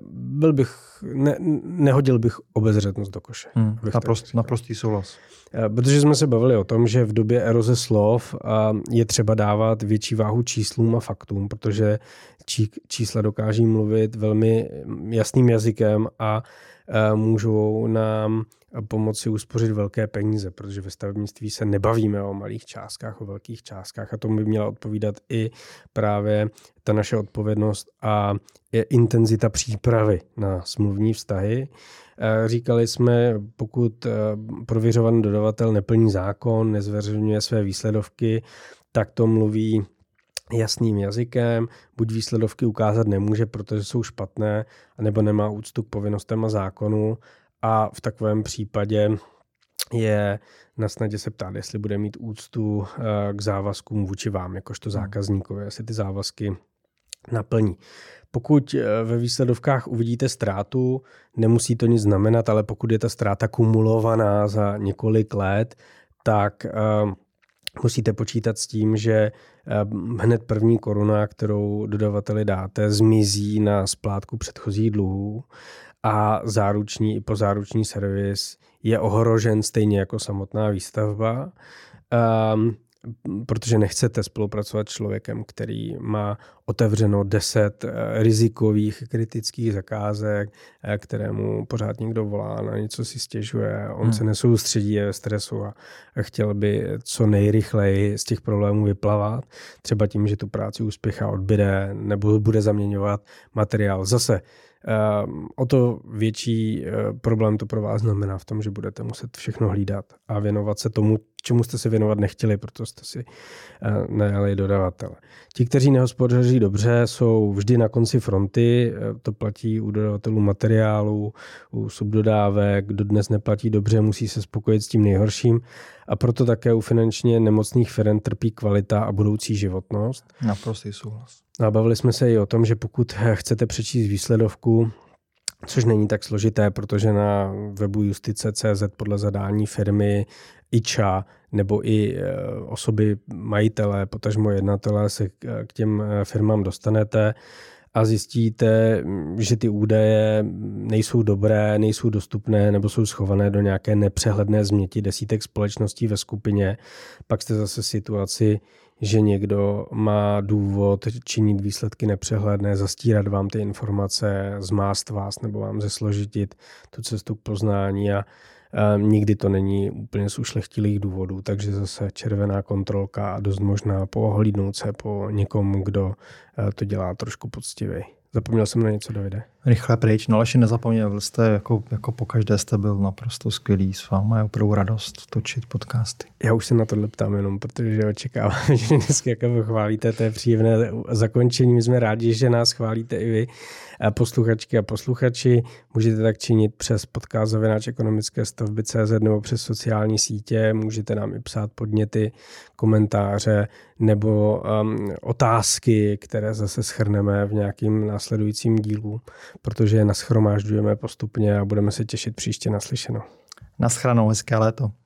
A: nehodil bych obezřetnost do koše.
B: Naprostý souhlas.
A: Protože jsme se bavili o tom, že v době eroze slov je třeba dávat větší váhu číslům a faktům, protože čísla dokáží mluvit velmi jasným jazykem a můžou nám pomoci uspořit velké peníze, protože ve stavebnictví se nebavíme o malých částkách, o velkých částkách a tomu by měla odpovídat i právě ta naše odpovědnost a intenzita přípravy na smluvní vztahy. Říkali jsme, pokud prověřovaný dodavatel neplní zákon, nezveřejňuje své výsledovky, tak to mluví jasným jazykem, buď výsledovky ukázat nemůže, protože jsou špatné, anebo nemá úctu k povinnostem a zákonu a v takovém případě je na snadě se ptát, jestli bude mít úctu k závazkům vůči vám, jakožto zákazníkovi, jestli ty závazky naplní. Pokud ve výsledovkách uvidíte ztrátu, nemusí to nic znamenat, ale pokud je ta ztráta kumulovaná za několik let, tak musíte počítat s tím, že hned první koruna, kterou dodavateli dáte, zmizí na splátku předchozích dluhů a záruční i pozáruční servis je ohrožen stejně jako samotná výstavba. protože nechcete spolupracovat s člověkem, který má otevřeno 10 rizikových kritických zakázek, kterému pořád někdo volá, na něco si stěžuje, on se nesoustředí, je ve stresu a chtěl by co nejrychleji z těch problémů vyplavat, třeba tím, že tu práci uspěchá odbyde nebo bude zaměňovat materiál. Zase o to větší problém to pro vás znamená v tom, že budete muset všechno hlídat a věnovat se tomu, čemu jste se věnovat nechtěli, proto jste si najali dodavatele. Ti, kteří nehospodaří dobře, jsou vždy na konci fronty, to platí u dodavatelů materiálů, u subdodávek, kdo dnes neplatí dobře, musí se spokojit s tím nejhorším a proto také u finančně nemocných firem trpí kvalita a budoucí životnost.
B: Naprostý souhlas.
A: A bavili jsme se i o tom, že pokud chcete přečíst výsledovku, což není tak složité, protože na webu justice.cz podle zadání firmy IČA nebo i osoby majitele, potažmo jednatele se k těm firmám dostanete a zjistíte, že ty údaje nejsou dobré, nejsou dostupné nebo jsou schované do nějaké nepřehledné změti desítek společností ve skupině, pak jste zase v situaci, že někdo má důvod činit výsledky nepřehledné, zastírat vám ty informace, zmást vás nebo vám zesložitit tu cestu k poznání a nikdy to není úplně z ušlechtilých důvodů, takže zase červená kontrolka a dost možná pohlídnout se po někom, kdo to dělá trošku poctivě. Zapomněl jsem na něco, Davide?
B: Rychle pryč, no Aleši, nezapomněl, byl jste jako pokaždé jste byl naprosto skvělý, s váma je opravdu radost točit podcasty.
A: Já už se na tohle ptám jenom, protože očekávám, že dneska jako chválíte, to je příjemné zakončení, my jsme rádi, že nás chválíte i vy, posluchačky a posluchači, můžete tak činit přes podcast ekonomické stavby.cz nebo přes sociální sítě, můžete nám i psát podněty, komentáře nebo otázky, které zase shrneme v nějakým následujícím dílu, protože je nashromážďujeme postupně a budeme se těšit příště naslyšenou.
B: Naschranou, hezké léto.